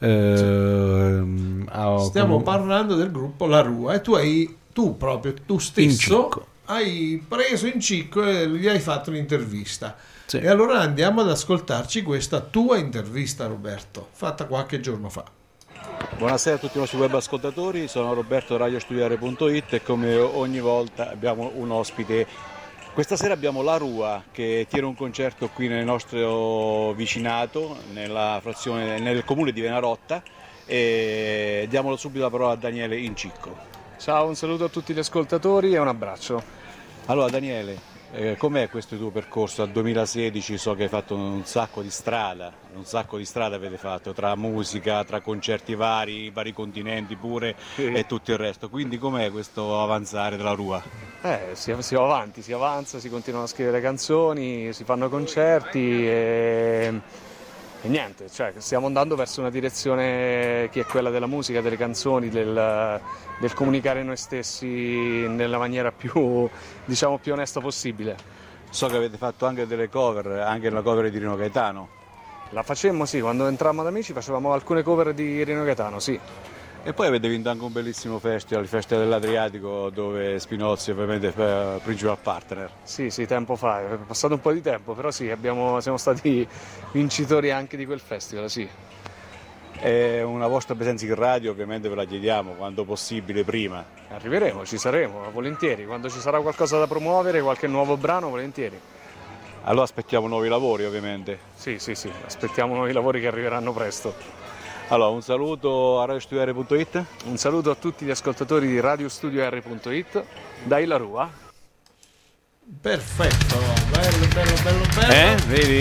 Stiamo parlando del gruppo La Rua e tu stesso hai preso in cicco e gli hai fatto un'intervista. Sì. E allora andiamo ad ascoltarci questa tua intervista, Roberto, fatta qualche giorno fa. Buonasera a tutti i nostri web ascoltatori, sono Roberto, radiostudiare.it, e come ogni volta abbiamo un ospite. Questa sera abbiamo La Rua che tiene un concerto qui nel nostro vicinato, nel comune di Venarotta, e diamo subito la parola a Daniele Incicco. Ciao, un saluto a tutti gli ascoltatori e un abbraccio. Allora Daniele, com'è questo tuo percorso al 2016? So che hai fatto un sacco di strada avete fatto, tra musica, tra concerti vari continenti pure, sì, e tutto il resto, quindi com'è questo avanzare della Rua? Si va avanti, si avanza, si continuano a scrivere canzoni, si fanno concerti e niente, cioè stiamo andando verso una direzione che è quella della musica, delle canzoni, del comunicare noi stessi nella maniera più onesta possibile. So che avete fatto anche delle cover, anche la cover di Rino Gaetano. La facemmo, sì, quando entrammo ad Amici facevamo alcune cover di Rino Gaetano, sì. E poi avete vinto anche un bellissimo festival, il Festival dell'Adriatico, dove Spinozzi ovviamente è principal partner. Sì, tempo fa, è passato un po' di tempo, però sì, siamo stati vincitori anche di quel festival, sì. E una vostra presenza in radio ovviamente ve la chiediamo, quando possibile, prima. Arriveremo, ci saremo, volentieri, quando ci sarà qualcosa da promuovere, qualche nuovo brano, volentieri. Allora aspettiamo nuovi lavori ovviamente. Sì, aspettiamo nuovi lavori che arriveranno presto. Allora, un saluto a radiostudiare.it. Un saluto a tutti gli ascoltatori di radiostudiare.it. Dai La Rua. Perfetto, bello.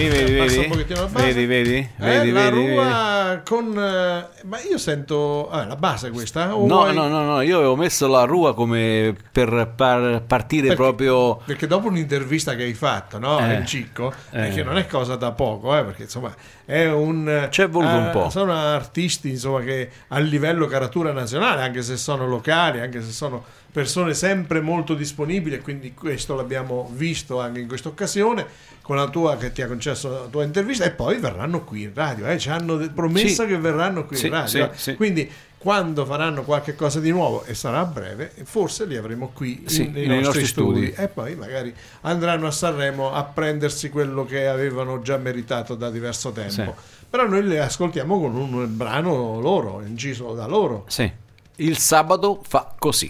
Vedi. La Rua con... ma io sento... la base questa? No, io avevo messo La Rua come per partire proprio... Perché dopo un'intervista che hai fatto, no? In Cicco, che non è cosa da poco, perché insomma è un... C'è voluto un po'. Sono artisti, insomma, che a livello caratura nazionale, anche se sono locali, anche se sono persone sempre molto disponibili, e quindi questo l'abbiamo visto anche in questa occasione con la tua, che ti ha concesso la tua intervista, e poi verranno qui in radio, ci hanno promesso che verranno qui in radio, quindi quando faranno qualche cosa di nuovo, e sarà a breve, forse li avremo qui nei nostri studi, e poi magari andranno a Sanremo a prendersi quello che avevano già meritato da diverso tempo, però noi li ascoltiamo con un brano loro, inciso da loro. Il sabato fa così.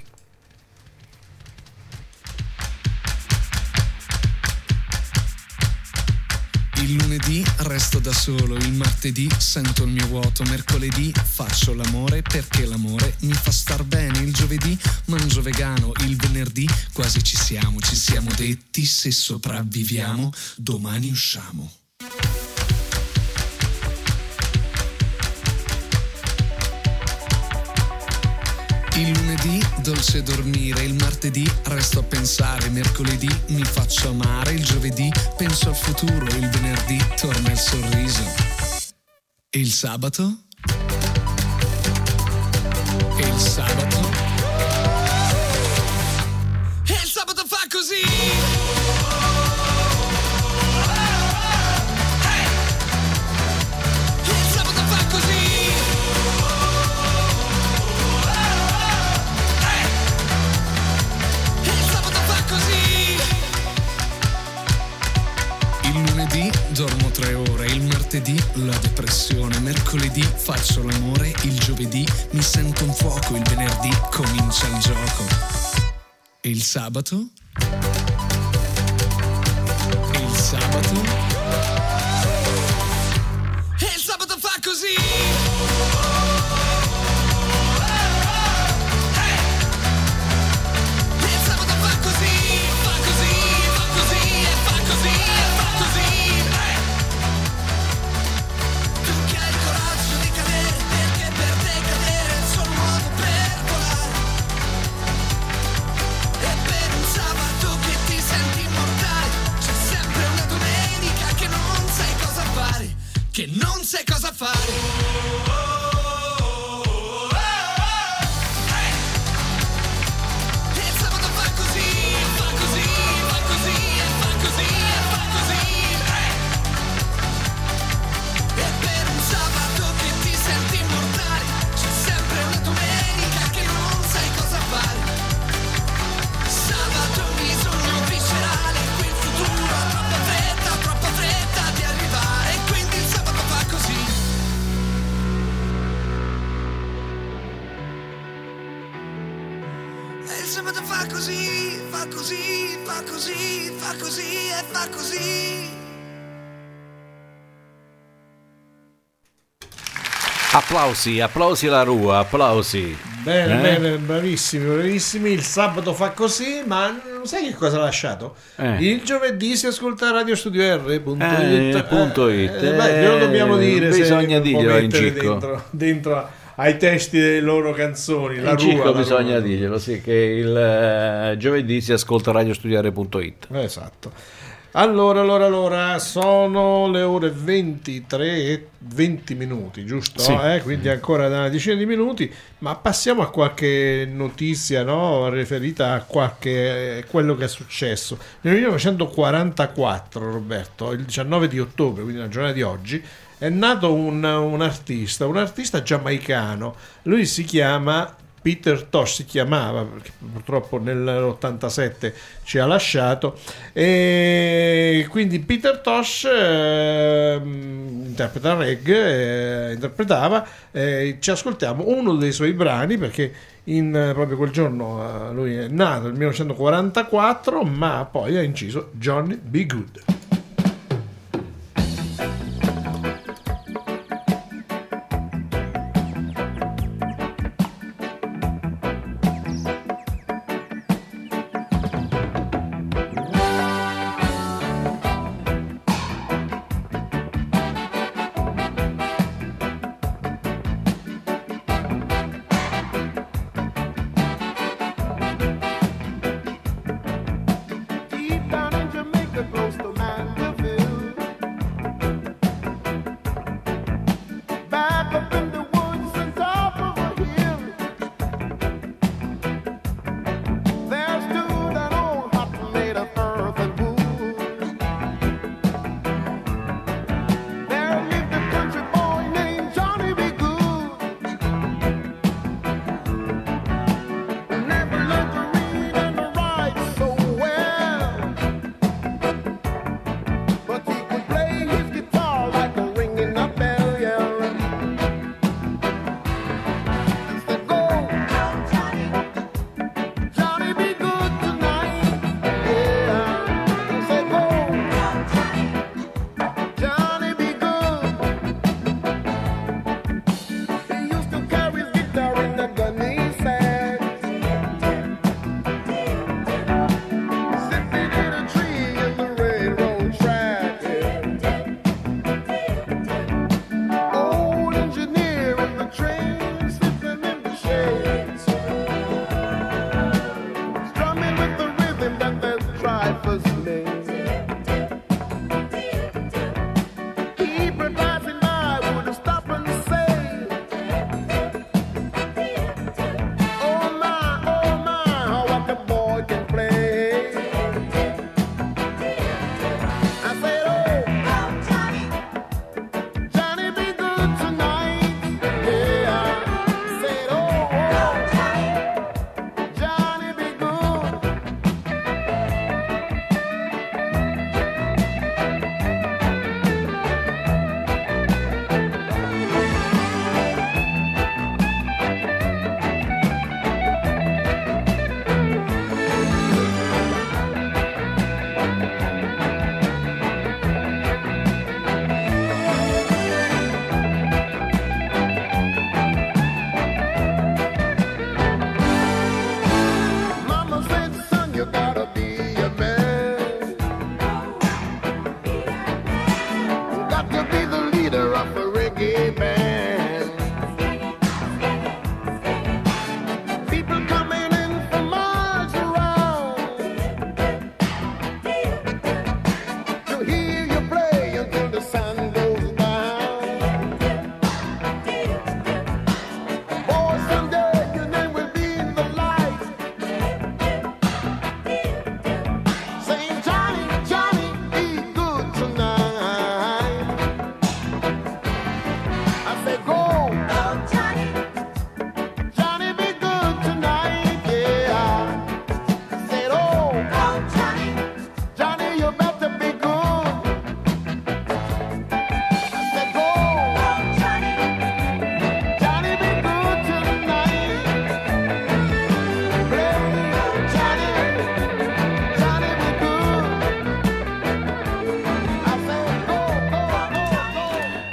Il lunedì resto da solo, il martedì sento il mio vuoto, mercoledì faccio l'amore perché l'amore mi fa star bene, il giovedì mangio vegano, il venerdì quasi ci siamo detti se sopravviviamo domani usciamo. Il lunedì dolce dormire, il martedì resto a pensare, mercoledì mi faccio amare, il giovedì penso al futuro, il venerdì torna il sorriso. E il sabato? E il sabato? E il sabato fa così! Dormo 3 ore, il martedì la depressione, mercoledì faccio l'amore, il giovedì mi sento un fuoco, il venerdì comincia il gioco. E il sabato? E il sabato? E il sabato fa così! che non sai cosa fare. Fa così. Applausi alla Rua, applausi. Bene, bravissimi. Il sabato fa così, ma non sai che cosa ha lasciato? Il giovedì si ascolta radiostudio.r.it. Glielo dobbiamo dire, bisogna dirlo in Cicco. Dentro ai testi delle loro canzoni. La Rua, bisogna dirglielo, sì, che il giovedì si ascolta radiostudio.it. Esatto. Allora, sono le ore 23:20 minuti, giusto? Sì. Quindi ancora da una decina di minuti, ma passiamo a qualche notizia, no? Riferita a quello che è successo. Nel 1944, Roberto, il 19 di ottobre, quindi la giornata di oggi, è nato un artista giamaicano. Lui si chiama Peter Tosh, si chiamava, perché purtroppo nell'87 ci ha lasciato, e quindi Peter Tosh interpretava, ci ascoltiamo uno dei suoi brani, perché proprio quel giorno lui è nato nel 1944, ma poi ha inciso Johnny B. Good. Close to my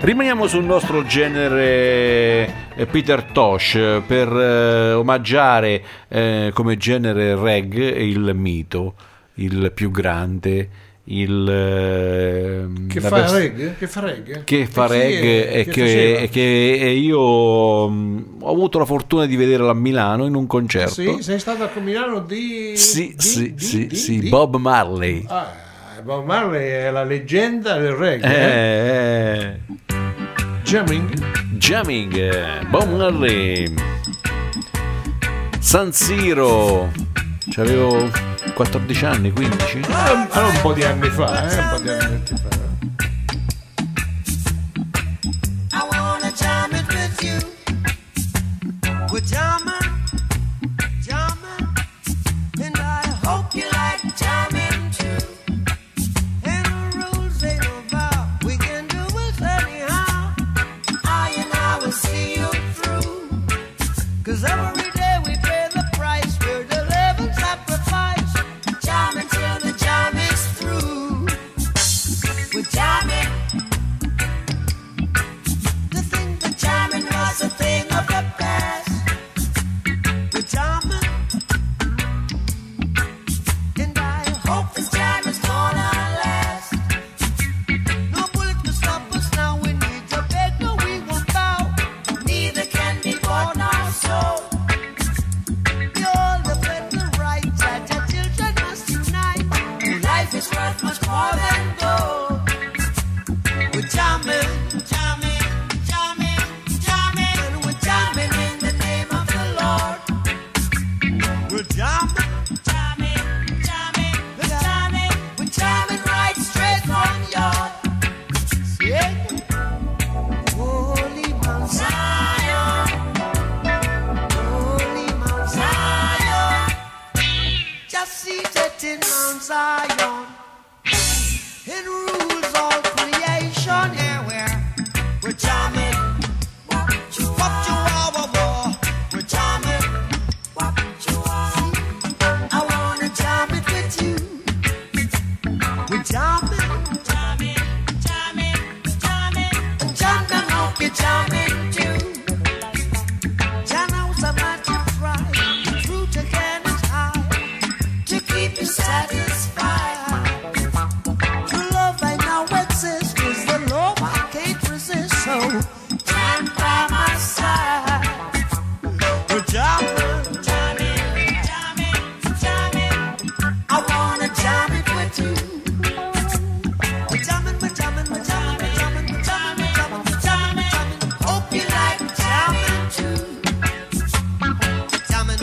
Rimaniamo sul nostro genere Peter Tosh per omaggiare come genere reggae il mito, il più grande, che fa reggae e che io ho avuto la fortuna di vederlo a Milano in un concerto. Sì, sei stato a Milano di Bob Marley. Bob Marley è la leggenda del reggae. Jamming, Bob Marley, San Siro, c'avevo 14 anni, 15? Allora un po' di anni fa, I wanna jam it with you. We're jamming, and I hope you like jamming too. And the rules ain't about, we can do it anyhow. I will see you through. 'Cause every day we pay the price, we're the living sacrifice. Jamming till the jam is through. We're jamming. To think that jamming was a thing of the past. We're jamming. And I hope this jam is gonna last. No bullet to stop us now, we need to beg, no we won't bow. Neither can be born our soul. We all defend the right that our children must unite. Life is worth much more than gold. We're jamming, and we're jamming in the name of the Lord. We're jamming, we're jamming right straight from your Holy Mount Zion, just seated in Mount Zion, it rules all creation. Yeah, we're jamming. What you are, we're jamming. I wanna jam it with you. We're jamming. And jam and hope you're jamming too. Jam out a magic fry, the fruit again is high, to keep you satisfied. True love I know exists, 'cause the love I can't resist. So jam by my side. We're jamming. I wanna jam it with you. We're jamming. Hope you like jamming too. We're jamming.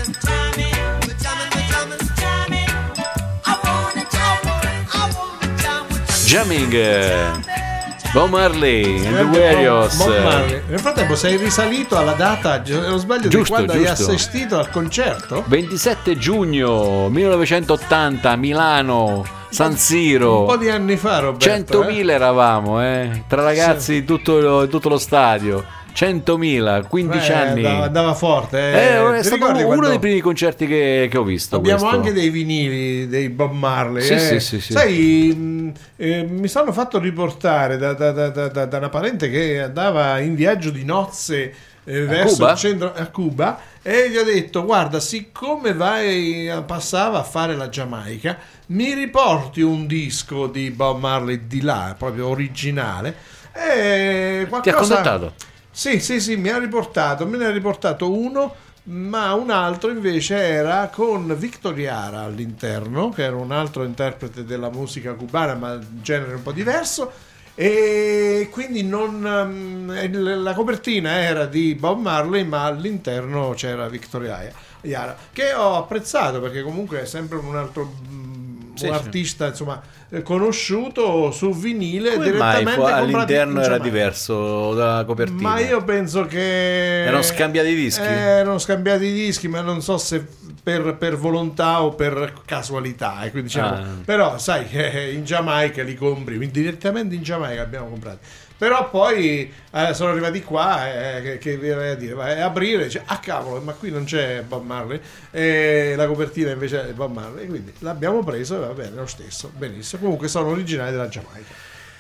I wanna jam with you. Jamming, Bob Marley and the Warriors. Bob Marley. Nel frattempo sei risalito alla data, se non sbaglio, di quando hai giusto. assistito al concerto? 27 giugno 1980, Milano, San Siro. Un po' di anni fa, Roberto. 100.000 eravamo, tra ragazzi di tutto lo stadio. 100.000, 15 anni. Andava forte. È stato uno dei primi concerti che ho visto. Abbiamo questo. anche dei vinili dei Bob Marley. Sì. Sai, mi sono fatto riportare da una parente che andava in viaggio di nozze verso Cuba? il centro, a Cuba, e gli ho detto: guarda, siccome passava a fare la Giamaica, mi riporti un disco di Bob Marley di là, proprio originale. Ti ha contattato? Sì, me ne ha riportato uno, ma un altro invece era con Victor Jara all'interno, che era un altro interprete della musica cubana, ma in genere un po' diverso, e quindi la copertina era di Bob Marley, ma all'interno c'era Victor Jara, che ho apprezzato, perché comunque è sempre un altro artista, insomma, conosciuto su vinile. Come direttamente mai all'interno era diverso dalla copertina? Ma io penso che erano scambiati i dischi, ma non so se per volontà o per casualità, quindi diciamo, però sai, in Giamaica li compri direttamente, in Giamaica abbiamo comprato. Però poi sono arrivati qua, che vi vai a dire, vai a aprire, dice, cavolo, ma qui non c'è Bob Marley, e la copertina invece è Bob Marley, quindi l'abbiamo preso e va bene lo stesso, benissimo. Comunque sono originali della Giamaica.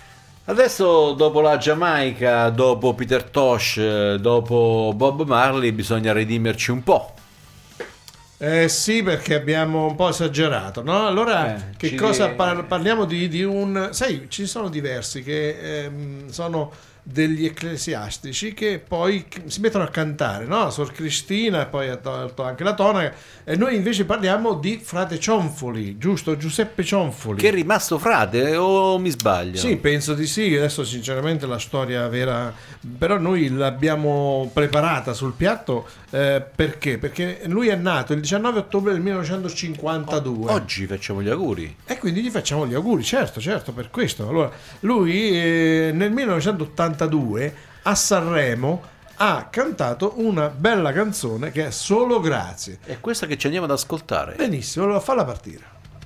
Adesso, dopo la Giamaica, dopo Peter Tosh, dopo Bob Marley, bisogna redimerci un po'. Sì, perché abbiamo un po' esagerato, no? Allora, che cosa parliamo di un... Sai, ci sono diversi che sono degli ecclesiastici che poi si mettono a cantare, no? Sor Cristina, e poi ha tolto anche la tonaca, e noi invece parliamo di frate Cionfoli, giusto? Giuseppe Cionfoli. Che è rimasto frate, o mi sbaglio? Sì, penso di sì. Adesso sinceramente la storia vera, però noi l'abbiamo preparata sul piatto perché? Perché lui è nato il 19 ottobre del 1952. Oggi facciamo gli auguri. E quindi gli facciamo gli auguri, certo, per questo. Allora, lui nel 1982 a Sanremo ha cantato una bella canzone che è Solo Grazie. È questa che ci andiamo ad ascoltare. Benissimo, allora falla partire.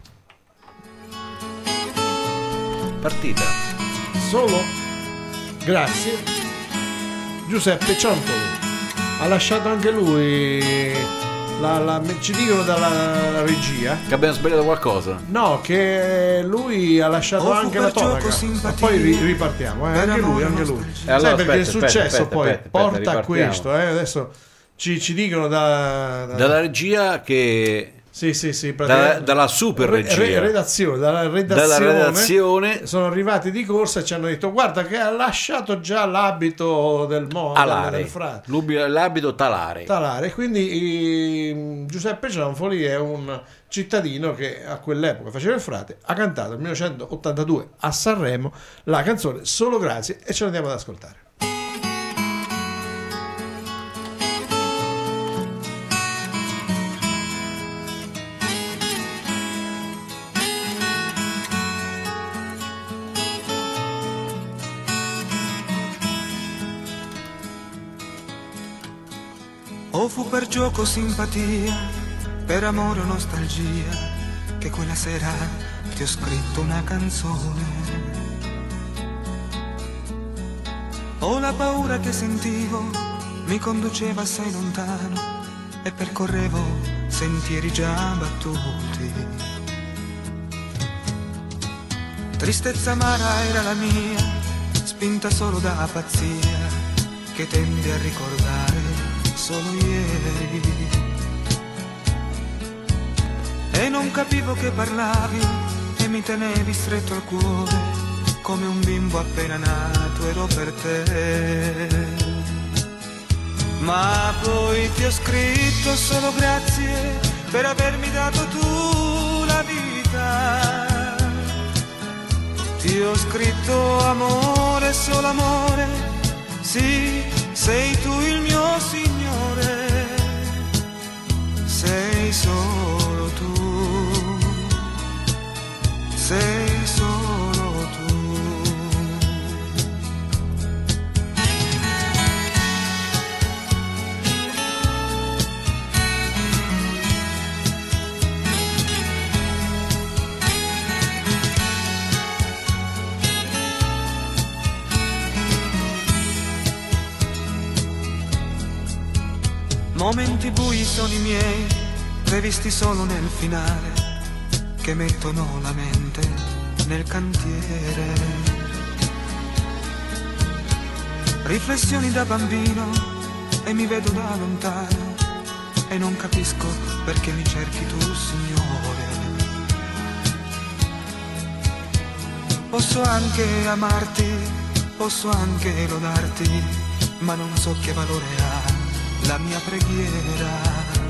Partita. Solo Grazie. Giuseppe Cionfoli ha lasciato anche lui ci dicono dalla regia che abbiamo sbagliato qualcosa. No, che lui ha lasciato anche la tonaca. Ma poi ripartiamo, anche lui. Allora, sai, perché il successo aspetta, poi porta ripartiamo. a questo, adesso ci dicono dalla regia che sì, dalla super regia, dalla redazione sono arrivati di corsa e ci hanno detto: guarda che ha lasciato già l'abito del frate, l'abito talare. Quindi Giuseppe Cionfoli è un cittadino che a quell'epoca faceva il frate, ha cantato nel 1982 a Sanremo la canzone Solo Grazie, e ce la andiamo ad ascoltare. O fu per gioco simpatia, per amore o nostalgia, che quella sera ti ho scritto una canzone. O la paura che sentivo mi conduceva assai lontano e percorrevo sentieri già battuti. Tristezza amara era la mia, spinta solo da pazzia, che tende a ricordare solo ieri. E non capivo che parlavi e mi tenevi stretto al cuore, come un bimbo appena nato ero per te. Ma poi ti ho scritto solo grazie per avermi dato tu la vita. Ti ho scritto amore, solo amore, sì, sei tu il mio Signore, sei solo tu, sei solo tu. Momenti bui sono i miei, previsti solo nel finale, che mettono la mente nel cantiere. Riflessioni da bambino e mi vedo da lontano e non capisco perché mi cerchi tu, Signore. Posso anche amarti, posso anche lodarti, ma non so che valore ha la mia preghiera.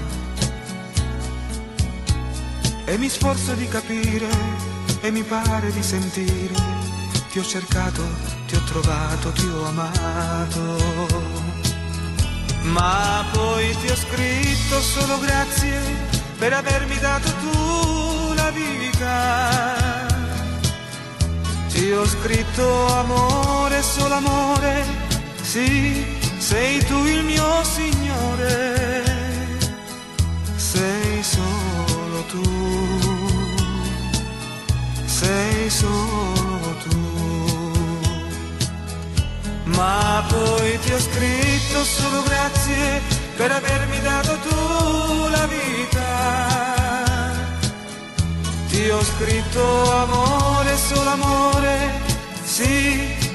E mi sforzo di capire e mi pare di sentire, ti ho cercato, ti ho trovato, ti ho amato. Ma poi ti ho scritto solo grazie per avermi dato tu la vita. Ti ho scritto amore, solo amore, sì, sei tu il mio Signore, sei solo tu, sei solo tu. Ma poi ti ho scritto solo grazie per avermi dato tu la vita. Ti ho scritto amore, solo amore, sì,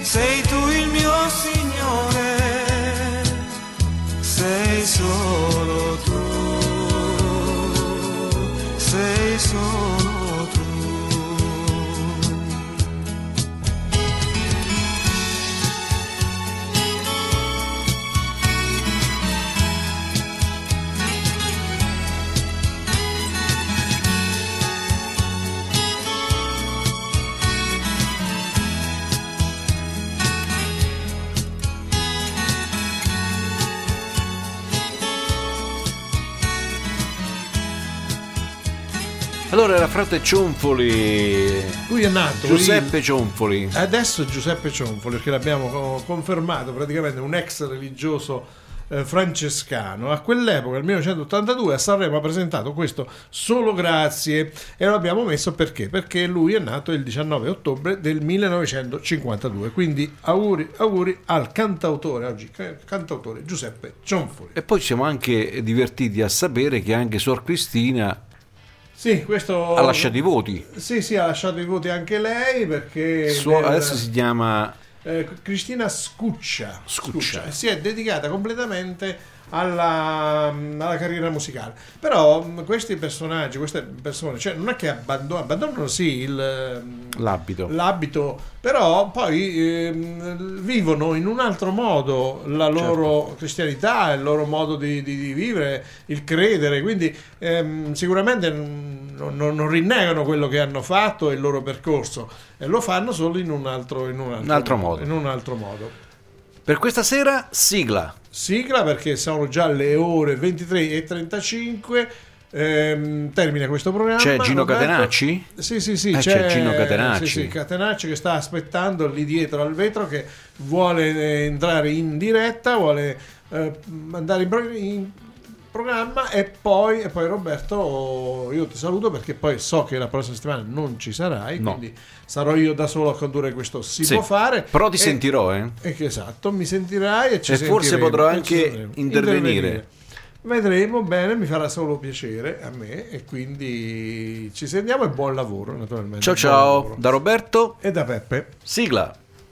Allora era frate Cionfoli. Lui è nato Giuseppe Cionfoli. Adesso Giuseppe Cionfoli, perché l'abbiamo confermato, praticamente un ex religioso francescano. A quell'epoca, nel 1982, a Sanremo ha presentato questo Solo Grazie, e lo abbiamo messo perché lui è nato il 19 ottobre del 1952. Quindi auguri al cantautore, oggi cantautore Giuseppe Cionfoli. E poi ci siamo anche divertiti a sapere che anche Suor Cristina questo ha lasciato i voti. Sì, ha lasciato i voti anche lei, perché adesso si chiama Cristina Scuccia. Si è dedicata completamente alla carriera musicale. Però questi personaggi, queste persone, cioè non è che abbandonano sì l'abito, però poi vivono in un altro modo la loro cristianità, il loro modo di vivere, il credere, quindi sicuramente non rinnegano quello che hanno fatto e il loro percorso, e lo fanno solo in un altro modo. Per questa sera sigla, perché sono già le ore 23:35. Termina questo programma. C'è Gino Catenacci? Sì, c'è Gino Catenacci. Sì, Catenacci che sta aspettando lì dietro al vetro, che vuole entrare in diretta, vuole andare in programma, e poi Roberto, io ti saluto perché poi so che la prossima settimana non ci sarai, quindi sarò io da solo a condurre questo Si può fare, però ti sentirò esatto, mi sentirai e forse potrò anche intervenire. Vedremo, bene, mi farà solo piacere a me, e quindi ci sentiamo e buon lavoro, naturalmente. Ciao da Roberto e da Peppe. Sigla.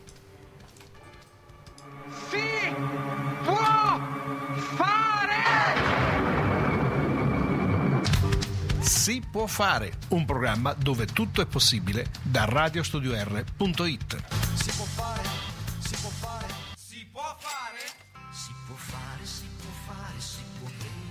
Si può fare, un programma dove tutto è possibile, da radiostudio.r.it. Si può fare, si può fare, si può fare, si può fare, si può fare, si può